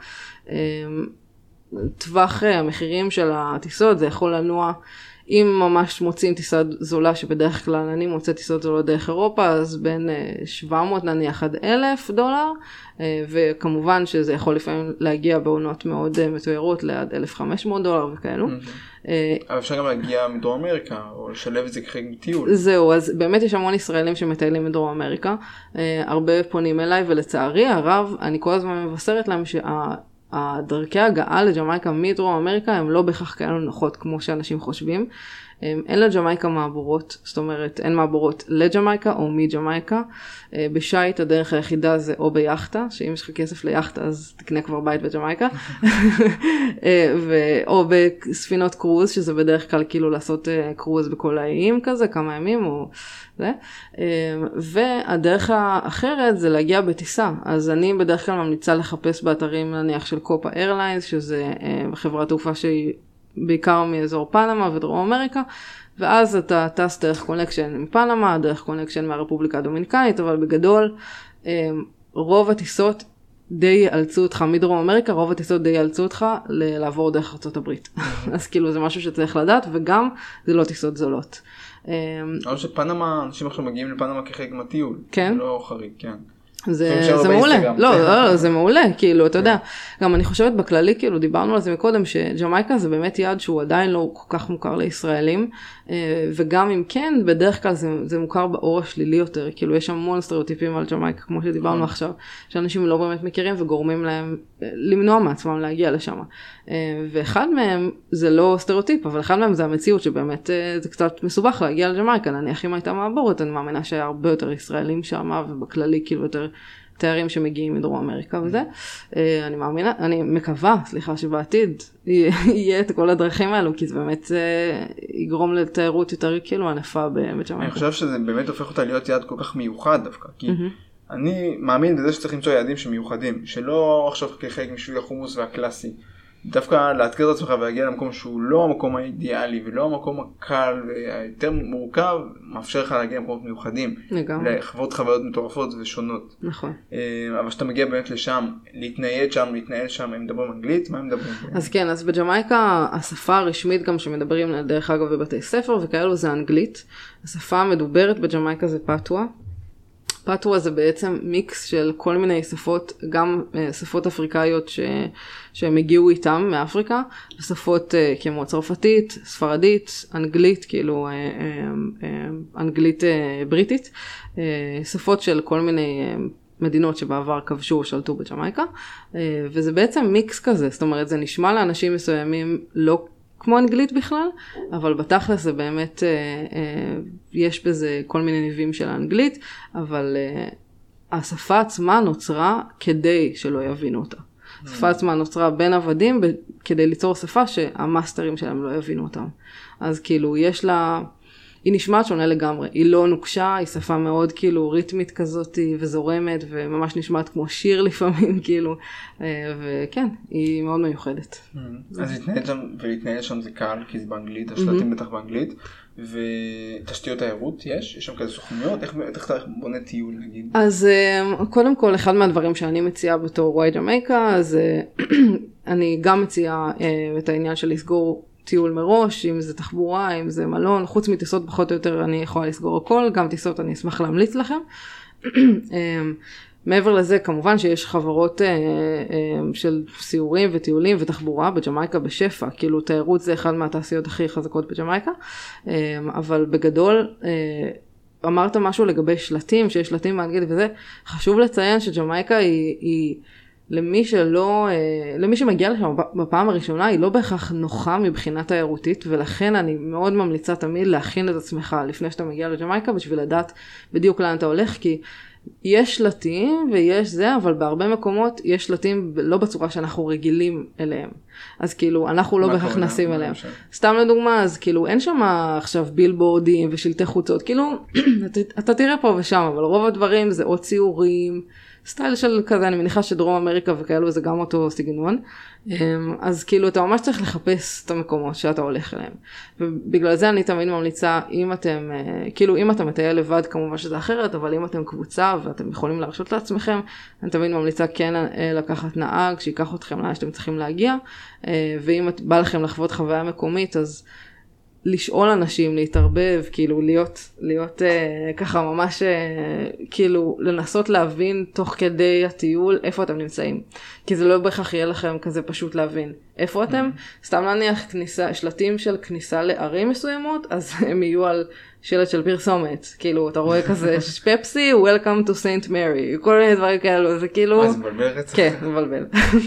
טווח המחירים של הטיסות זה יכול לנוע, אם ממש מוצאים טיסה זולה, שבדרך כלל אני מוצא טיסות זולות דרך אירופה, אז בין שבע מאות נניח עד אלף דולר, וכמובן שזה יכול לפעמים להגיע בעונות מאוד מתוירות לעד אלף וחמש מאות דולר וכאלו. אבל אפשר גם להגיע מדרום אמריקה, או לשלב את זה כחלק מטיול. זהו, אז באמת יש המון ישראלים שמטיילים מדרום אמריקה, הרבה פונים אליי, ולצערי הרב, אני כל הזמן מבשרת להם שה... הדרכי הגעה לג'מייקה מדרום אמריקה הם לא בהכרח כאלה נוחות כמו שאנשים חושבים. אין לג'מייקה מעבורות, זאת אומרת אין מעבורות לג'מייקה או מג'מייקה. בשייט הדרך היחידה זה או ביחטה, שאם יש לך כסף ליחטה אז תקנה כבר בית בג'מייקה. או בספינות קרוז, שזה בדרך כלל כאילו לעשות קרוז בכל האיים כזה, כמה ימים או זה. והדרך האחרת זה להגיע בטיסה. אז אני בדרך כלל ממליצה לחפש באתרים נניח של קופה איירליינס, שזה חברת תעופה שהיא בעיקר מאזור פנמה ודרום אמריקה, ואז אתה טס דרך קונקשן עם פנמה, דרך קונקשן מהרפובליקה הדומיניקנית, אבל בגדול רוב הטיסות די יאלצו אותך מדרום אמריקה, רוב הטיסות די יאלצו אותך לעבור דרך ארצות הברית. אז כאילו זה משהו שצריך לדעת, וגם זה לא טיסות זולות. אבל שפנמה, אנשים עכשיו מגיעים לפנמה כחלק מהטיול. כן. זה לא חריג, כן. זה, זה מעולה, לא, לא, לא, זה מעולה, כאילו, אתה יודע, גם אני חושבת בכללי, כאילו, דיברנו על זה מקודם, שג'מייקה זה באמת יעד שהוא עדיין לא כל כך מוכר לישראלים, וגם אם כן, בדרך כלל זה, זה מוכר באור השלילי יותר, כאילו, יש המון סטריאוטיפים על ג'מייקה, כמו שדיברנו עכשיו, שאנשים לא באמת מכירים וגורמים להם למנוע מעצמם להגיע לשם. ואחד מהם זה לא סטריאוטיפ, אבל אחד מהם זה המציאות שבאמת זה קצת מסובך להגיע לג'מייקה. נניח אם הייתה מעבורת, אני מאמינה שהיה הרבה יותר ישראלים שם, ובכללי כאילו יותר תארים שמגיעים מדרום אמריקה וזה. אני מאמינה, אני מקווה, סליחה, שבעתיד יהיה את כל הדרכים האלו, כי זה באמת יגרום לתיירות יותר כאילו ענפה בג'מייקה. אני חושב שזה באמת הופך אותה להיות יעד כל כך מיוחד דווקא, כי אני מאמין בזה שצריך למצוא יעדים שמיוחדים, שלא עכשיו כחלק משוי החומוס והקלאסי, דווקא להתקר את עצמך ולהגיע למקום שהוא לא המקום האידיאלי ולא המקום הקל והיותר מורכב, מאפשר לך להגיע למקומות מיוחדים, לחוות חוויות מטורפות ושונות. נכון. אבל שאתה מגיע באמת לשם, להתנייד שם, להתנהל שם, הם מדברים אנגלית, מה הם מדברים? אז כן, אז בג'מייקה השפה הרשמית גם שמדברים דרך אגב בבתי ספר וכאלו זה אנגלית. השפה המדוברת בג'מייקה זה פאטווה. פאטווה זה בעצם מיקס של כל מיני שפות, גם שפות אפריקאיות ש... שהם הגיעו איתם מאפריקה, שפות כמו צרפתית, ספרדית, אנגלית, כאילו אנגלית בריטית, שפות של כל מיני מדינות שבעבר כבשו או שלטו בג'מייקה, וזה בעצם מיקס כזה, זאת אומרת זה נשמע לאנשים מסוימים לא כמו אנגלית בכלל, אבל בתכלס זה באמת, אה, אה, יש בזה כל מיני ניבים של האנגלית, אבל אה, השפה עצמה נוצרה כדי שלא יבינו אותה. השפה עצמה נוצרה בין עבדים כדי ליצור שפה שהמאסטרים שלהם לא יבינו אותם. אז כאילו יש לה, היא נשמעת שונה לגמרי, היא לא נוקשה, היא שפה מאוד כאילו ריתמית כזאת וזורמת וממש נשמעת כמו שיר לפעמים כאילו, וכן, היא מאוד מיוחדת. אז להתנהל שם, ולהתנהל שם זה קל, כי זה באנגלית, השלטים בטח באנגלית, ותשתיות תיירות יש? יש שם כזה סוכנויות? איך אתה בונה טיול נגיד? אז קודם כל, אחד מהדברים שאני מציעה בתור וואי ג'מייקה, אז אני גם מציעה את העניין של לסגור טיול מראש, אם זה תחבורה, אם זה מלון, חוץ מטיסות פחות או יותר אני יכולה לסגור הכל, גם טיסות אני אשמח להמליץ לכם. מעבר לזה, כמובן שיש חברות של סיורים וטיולים ותחבורה בג'מייקה בשפע, כאילו תיירות זה אחד מהתעשיות הכי חזקות בג'מייקה, אבל בגדול אמרת משהו לגבי שלטים, שיש שלטים באנגלית וזה, חשוב לציין שג'מייקה היא, היא למי שלא, למי שמגיע לשם בפעם הראשונה, היא לא בהכרח נוחה מבחינה תיירותית, ולכן אני מאוד ממליצה תמיד להכין את עצמך לפני שאתה מגיע לג'מייקה, בשביל לדעת בדיוק לאן אתה הולך, כי יש שלטים ויש זה, אבל בהרבה מקומות יש שלטים לא בצורה שאנחנו רגילים אליהם. אז כאילו, אנחנו לא בהכרח נשים אליהם. סתם לדוגמה, אז כאילו, אין שם עכשיו בילבורדים ושלטי חוצות, כאילו, אתה תראה פה ושם, אבל רוב הדברים זה או ציורים, סטייל של כזה, אני מניחה שדרום אמריקה וכאלו זה גם אותו סגנון, אז כאילו אתה ממש צריך לחפש את המקומות שאתה הולך אליהם, ובגלל זה אני תמיד ממליצה, אם אתם, כאילו אם אתה מטייל לבד כמובן שזה אחרת, אבל אם אתם קבוצה ואתם יכולים להרשות לעצמכם, אני תמיד ממליצה כן לקחת נהג שיקח אתכם לאן שאתם צריכים להגיע, ואם בא לכם לחוות חוויה מקומית, אז לשאול אנשים, להתערבב, כאילו להיות, להיות אה, ככה ממש אה, כאילו לנסות להבין תוך כדי הטיול איפה אתם נמצאים. כי זה לא בהכרח יהיה לכם כזה פשוט להבין איפה אתם. סתם להניח כניסה, שלטים של כניסה לערים מסוימות, אז הם יהיו על שלט של פרסומת. כאילו אתה רואה כזה פפסי, Welcome to Saint Mary, כל מיני דברים כאלו, זה כאילו... אז מבלבל רצח? כן, מבלבל.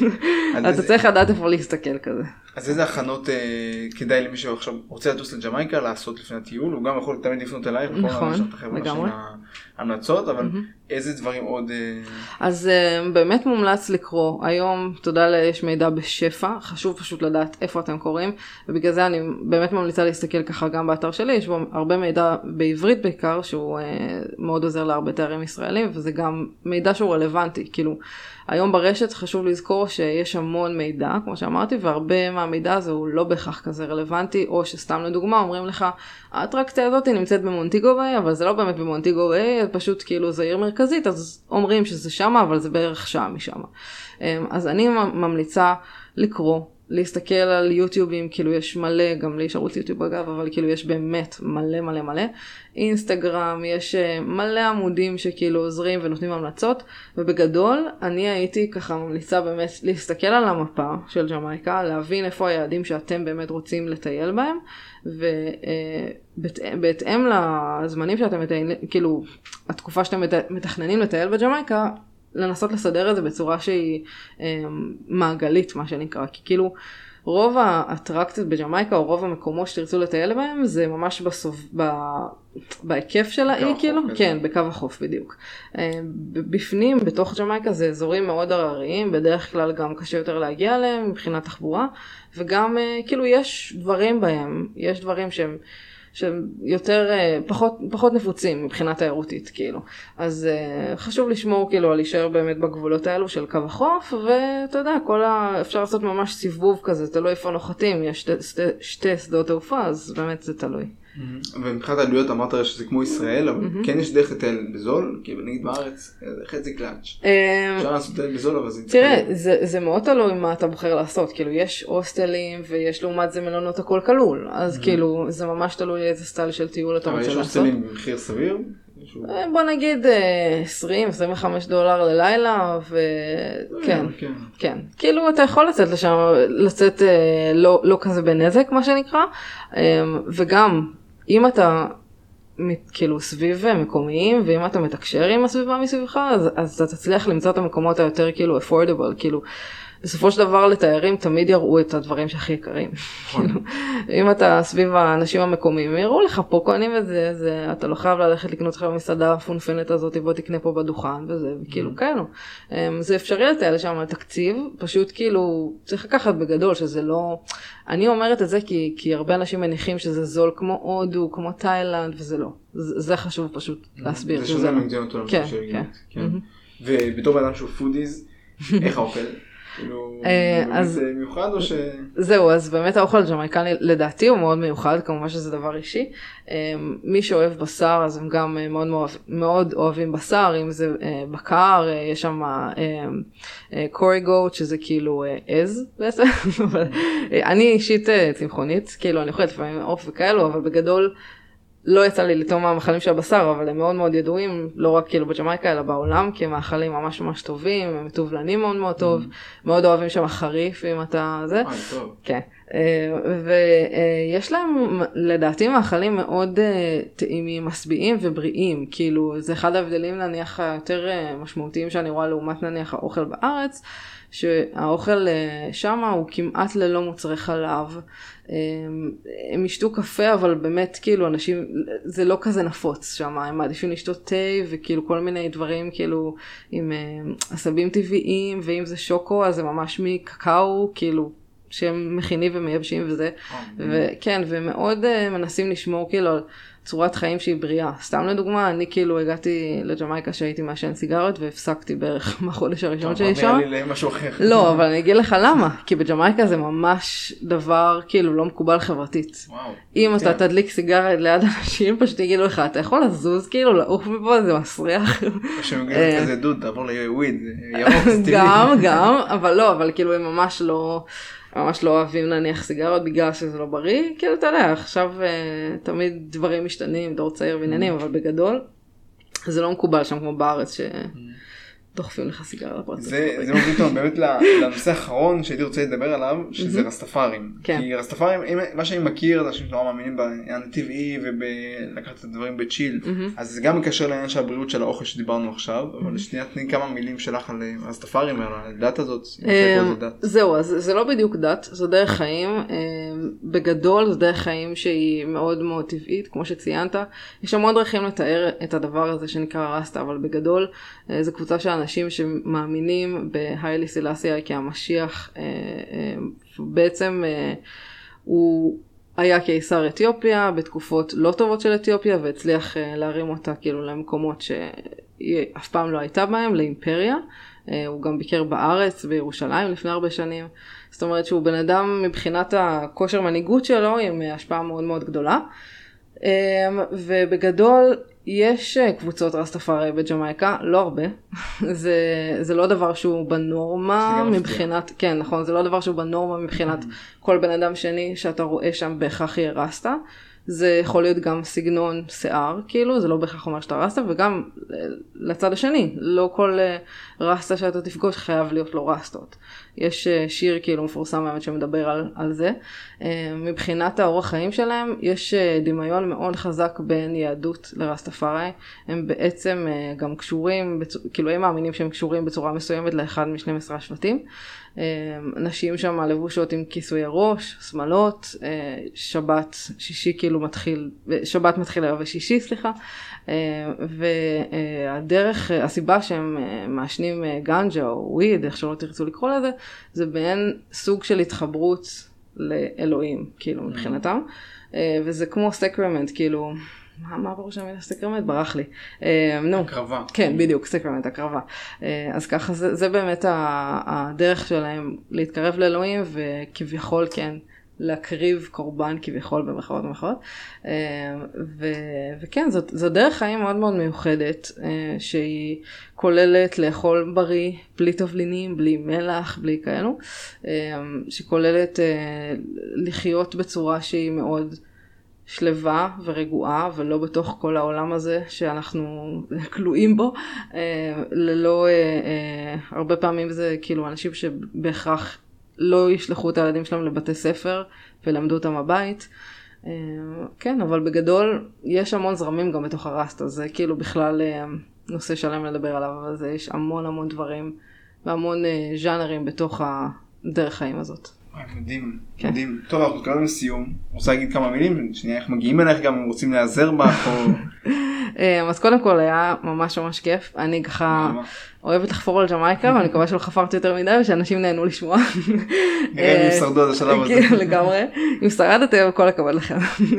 אתה צריך לדעת איפה להסתכל כזה. אז איזה הכנות אה, כדאי למי שעכשיו רוצה לטוס לג'מייקה לעשות לפני הטיול? הוא גם יכול תמיד לפנות אלייך, נכון, לגמרי. המלצות, אבל mm-hmm. איזה דברים עוד... אה... אז אה, באמת מומלץ לקרוא. היום, תודה ליש מידע בשפע, חשוב פשוט לדעת איפה אתם קוראים, ובגלל זה אני באמת ממליצה להסתכל ככה גם באתר שלי, יש בו הרבה מידע בעברית בעיקר, שהוא אה, מאוד עוזר להרבה תארים ישראלים, וזה גם מידע שהוא רלוונטי, כאילו... היום ברשת חשוב לזכור שיש המון מידע, כמו שאמרתי, והרבה מהמידע הזה הוא לא בהכרח כזה רלוונטי, או שסתם לדוגמה אומרים לך, האטרקציה הזאת נמצאת במונטיגו ביי, אבל זה לא באמת במונטיגו ביי, פשוט כאילו זה עיר מרכזית, אז אומרים שזה שמה, אבל זה בערך שעה משמה. אז אני ממליצה לקרוא, להסתכל על יוטיובים, כאילו יש מלא, גם לי יש ערוץ יוטיוב אגב, אבל כאילו יש באמת מלא מלא מלא. אינסטגרם, יש מלא עמודים שכאילו עוזרים ונותנים המלצות, ובגדול אני הייתי ככה ממליצה באמת להסתכל על המפה של ג'מייקה, להבין איפה היעדים שאתם באמת רוצים לטייל בהם, ובהתאם לזמנים שאתם מטיילים, כאילו התקופה שאתם מתכננים לטייל בג'מייקה, לנסות לסדר את זה בצורה שהיא מעגלית, מה שנקרא, כי כאילו רוב האטרקציות בג'מייקה, או רוב המקומות שתרצו לטייל בהם, זה ממש בסוף, ב... בהיקף של האי, כאילו, כן, בקו החוף בדיוק. בפנים, בתוך ג'מייקה, זה אזורים מאוד הרריים, בדרך כלל גם קשה יותר להגיע אליהם, מבחינת תחבורה, וגם, כאילו, יש דברים בהם, יש דברים שהם, שהם יותר, פחות, פחות נפוצים מבחינה תיירותית, כאילו. אז חשוב לשמור, כאילו, על להישאר באמת בגבולות האלו של קו החוף, ואתה יודע, כל ה... אפשר לעשות ממש סיבוב כזה, תלוי איפה נוחתים, יש שתי, שתי, שתי שדות תעופה, אז באמת זה תלוי. ומבחינת העלויות אמרת שזה כמו ישראל, אבל כן יש דרך לטייל בזול, כי נגיד בארץ חצי קלאץ'. אפשר לעשות טייל בזול, אבל זה... תראה, זה מאוד תלוי מה אתה בוחר לעשות, כאילו יש הוסטלים ויש לעומת זה מלונות הכל כלול, אז כאילו זה ממש תלוי איזה סטייל של טיול אתה רוצה לעשות. אבל יש הוסטלים במחיר סביר? בוא נגיד עשרים עשרים וחמישה דולר ללילה, וכן, כן. כאילו אתה יכול לצאת לשם, לצאת לא כזה בנזק מה שנקרא, וגם אם אתה כאילו סביב מקומיים, ואם אתה מתקשר עם הסביבה מסביבך, אז, אז אתה תצליח למצוא את המקומות היותר כאילו affordable, כאילו בסופו של דבר לתיירים תמיד יראו את הדברים שהכי יקרים. אם אתה סביב האנשים המקומיים, יראו לך פה קונים וזה, זה, אתה לא חייב ללכת לקנות לך במסעדה הפונפנת הזאת, בוא תקנה פה בדוכן וזה, וכאילו כאלו. זה אפשרי לטייל שם על תקציב, פשוט כאילו צריך לקחת בגדול שזה לא... אני אומרת את זה כי, כי הרבה אנשים מניחים שזה זול כמו הודו, כמו תאילנד, וזה לא. זה, זה חשוב פשוט להסביר. זה שונה ממדינות עולם. כן, כן. ובתור בן אדם שהוא פודיז, איך האוכל? כאילו, זה מיוחד או ש... זהו, אז באמת האוכל ג'מייקני לדעתי הוא מאוד מיוחד, כמובן שזה דבר אישי. מי שאוהב בשר, אז הם גם מאוד מאוד אוהבים בשר, אם זה בקר, יש שם קורי גוט, שזה כאילו עז בעצם. אני אישית צמחונית, כאילו אני אוכלת לפעמים עוף וכאלו, אבל בגדול לא יצא לי לטעום מהמאכלים של הבשר, אבל הם מאוד מאוד ידועים, לא רק כאילו בג'מייקה, אלא בעולם, כי הם מאכלים ממש ממש טובים, הם מתובלנים מאוד מאוד טוב, מאוד אוהבים שם חריף, אם אתה זה. אה, טוב. כן. ויש להם, לדעתי, מאכלים מאוד טעימים, משביעים ובריאים, כאילו, זה אחד ההבדלים, נניח, היותר משמעותיים שאני רואה לעומת, נניח, האוכל בארץ, שהאוכל שם הוא כמעט ללא מוצרי חלב, הם ישתו קפה, אבל באמת כאילו אנשים, זה לא כזה נפוץ שם, הם מעדיפים לשתות תה וכאילו כל מיני דברים כאילו עם עשבים טבעיים, ואם זה שוקו אז זה ממש מקקאו, כאילו שהם מכינים ומייבשים וזה, וכן, ומאוד מנסים לשמור כאילו על צורת חיים שהיא בריאה. סתם לדוגמה, אני כאילו הגעתי לג'מייקה שהייתי מעשן סיגריות והפסקתי בערך מהחודש הראשון שלי שם. לא, אבל אני אגיד לך למה, כי בג'מייקה זה ממש דבר כאילו לא מקובל חברתית. אם אתה תדליק סיגריה ליד אנשים, פשוט יגידו לך, אתה יכול לזוז כאילו, לעוף מפה, זה מסריח. שמגיע כזה דוד, תעבור ליוויד, ירוק, סטילי. גם, גם, אבל לא, אבל כאילו הם ממש לא... ממש לא אוהבים להניח סיגרות בגלל שזה לא בריא, כאילו אתה יודע, עכשיו uh, תמיד דברים משתנים, דור צעיר ועניינים, אבל בגדול זה לא מקובל שם כמו בארץ שדוחפים לך סיגרה לפרצוף. זה, זה מוביל אותנו באמת לנושא האחרון שהייתי רוצה לדבר עליו, שזה רסטפארים. כן. כי רסטפארים, מה שאני מכיר, אנשים שנורא מאמינים בעניין טבעי ובלקחת את הדברים בצ'יל, אז זה גם מקשר לעניין של הבריאות של האוכל שדיברנו עכשיו, אבל שנייה תני כמה מילים שלך על רסטפארים, על הדת הזאת. זהו, אז זה לא בדיוק דת, זו דרך חיים. בגדול זו דרך חיים שהיא מאוד מאוד טבעית, כמו שציינת. יש המון דרכים לתאר את הדבר הזה שנקרא רסטה, אבל בגדול זו קבוצה של אנשים שמאמינים בהיילי סלאסי כהמשיח. בעצם הוא היה קיסר אתיופיה בתקופות לא טובות של אתיופיה, והצליח להרים אותה כאילו למקומות שאף פעם לא הייתה בהם, לאימפריה. הוא גם ביקר בארץ, בירושלים לפני הרבה שנים. זאת אומרת שהוא בן אדם מבחינת הכושר מנהיגות שלו עם השפעה מאוד מאוד גדולה. ובגדול יש קבוצות רסטפארי בג'מייקה, לא הרבה. זה, זה לא דבר שהוא בנורמה מבחינת, כן נכון, זה לא דבר שהוא בנורמה מבחינת כל בן אדם שני שאתה רואה שם בהכרח יהיה רסטה. זה יכול להיות גם סגנון שיער, כאילו, זה לא בהכרח אומר שאתה רסטה, וגם לצד השני, לא כל רסטה שאתה תפגוש חייב להיות לו רסטות. יש שיר כאילו מפורסם באמת שמדבר על, על זה. מבחינת האורח חיים שלהם, יש דמיון מאוד חזק בין יהדות לרסטפארי. הם בעצם גם קשורים, כאילו הם מאמינים שהם קשורים בצורה מסוימת לאחד משנים עשר השבטים. נשים שם לבושות עם כיסוי הראש, שמלות, שבת שישי כאילו מתחיל, שבת מתחיל ערב שישי, סליחה, והדרך, הסיבה שהם מעשנים גנג'ה או וויד, איך שלא תרצו לקרוא לזה, זה בין סוג של התחברות לאלוהים, כאילו מבחינתם, וזה כמו סקרמנט, כאילו, מה, מה ברור שהמילה סקרמנט? ברח לי. נו. הקרבה. כן, בדיוק, סקרמנט, הקרבה. אז ככה, זה, זה באמת הדרך שלהם להתקרב לאלוהים, וכביכול, כן, להקריב קורבן כביכול במחאות ומחאות. וכן, זאת, זו דרך חיים מאוד מאוד מיוחדת, שהיא כוללת לאכול בריא, בלי תבלינים, בלי מלח, בלי כאלו, שכוללת לחיות בצורה שהיא מאוד שלווה ורגועה, ולא בתוך כל העולם הזה שאנחנו כלואים בו. ללא, הרבה פעמים זה כאילו אנשים שבהכרח לא ישלחו את הילדים שלהם לבתי ספר ולמדו אותם הבית. כן, אבל בגדול יש המון זרמים גם בתוך הרסטה, זה כאילו בכלל נושא שלם לדבר עליו, אבל זה יש המון המון דברים והמון ז'אנרים בתוך הדרך חיים הזאת. מדהים, מדהים. טוב, אנחנו קראנו לסיום. רוצה להגיד כמה מילים? שנייה, איך מגיעים אליך גם אם רוצים להיעזר בך או... אז קודם כל היה ממש ממש כיף. אני ככה אוהבת לחפור על ג'מייקה, ואני מקווה שלא חפרתי יותר מדי, ושאנשים נהנו לשמוע. נראה אם שרדו עד השלב הזה. לגמרי. אם שרדתם, כל הכבוד לכם.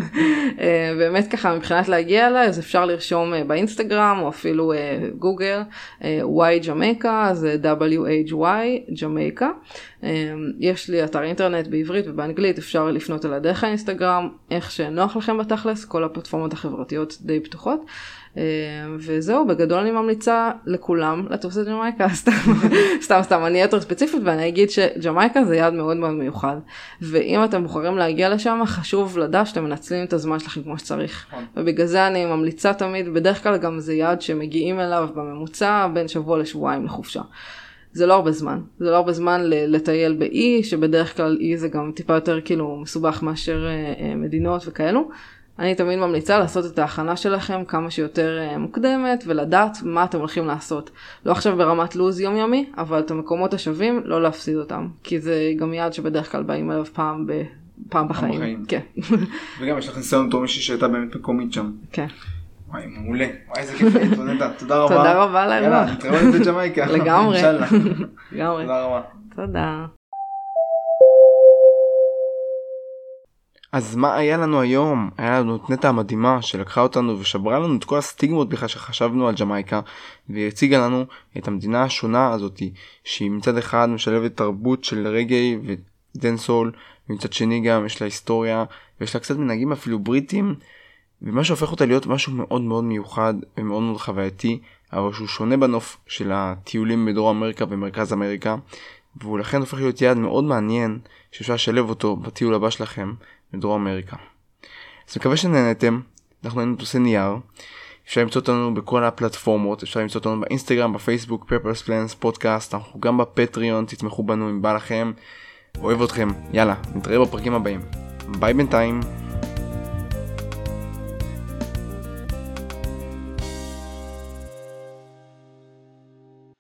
באמת ככה, מבחינת להגיע אליי, אז אפשר לרשום באינסטגרם, או אפילו גוגל, וואי ג'מייקה, זה דאבליו אייץ' וואי, ג'מייקה. יש לי אתר אינטרנט בעברית ובאנגלית, אפשר לפנות אל דרך האינסטגרם, איך שנוח לכם בתכלס, כל הפלטפורמות החברתיות די פתוחות. וזהו, בגדול אני ממליצה לכולם לטוס לג'מייקה, סתם, סתם, סתם, אני יותר ספציפית, ואני אגיד שג'מייקה זה יעד מאוד מאוד מיוחד, ואם אתם בוחרים להגיע לשם, חשוב לדעת שאתם מנצלים את הזמן שלכם כמו שצריך, ובגלל זה אני ממליצה תמיד, בדרך כלל גם זה יעד שמגיעים אליו בממוצע, בין שבוע לשבועיים לחופשה. זה לא הרבה זמן, זה לא הרבה זמן לטייל באי, שבדרך כלל אי זה גם טיפה יותר כאילו מסובך מאשר מדינות וכאלו. אני תמיד ממליצה לעשות את ההכנה שלכם כמה שיותר מוקדמת, ולדעת מה אתם הולכים לעשות. לא עכשיו ברמת לוז יומיומי, אבל את המקומות השווים לא להפסיד אותם, כי זה גם יעד שבדרך כלל באים אליו פעם, ב... פעם בחיים. בחיים. כן. וגם יש לך ניסיון טוב מישהי שהייתה באמת מקומית שם. כן. וואי, מעולה. וואי, איזה כיף. תודה, תודה רבה. תודה רבה לאירוח. יאללה, נתראה בג'מייקה. לגמרי. לגמרי. תודה רבה. תודה. אז מה היה לנו היום? היה לנו את נטע המדהימה שלקחה אותנו ושברה לנו את כל הסטיגמות בכלל שחשבנו על ג'מייקה, והציגה לנו את המדינה השונה הזאת, שהיא מצד אחד משלבת תרבות של רגעי ודנסול, ומצד שני גם יש לה היסטוריה, ויש לה קצת מנהגים אפילו בריטים, ומה שהופך אותה להיות משהו מאוד מאוד מיוחד ומאוד מאוד חווייתי, אבל שהוא שונה בנוף של הטיולים בדרום אמריקה ומרכז אמריקה, והוא לכן הופך להיות יעד מאוד מעניין שאפשר לשלב אותו בטיול הבא שלכם בדרום אמריקה. אז מקווה שנהנתם, אנחנו היינו טוסי נייר, אפשר למצוא אותנו בכל הפלטפורמות, אפשר למצוא אותנו באינסטגרם, בפייסבוק, פפרס פלנס, פודקאסט, אנחנו גם בפטריון, תתמכו בנו אם בא לכם, אוהב אתכם, יאללה, נתראה בפרקים הבאים, ביי בינתיים.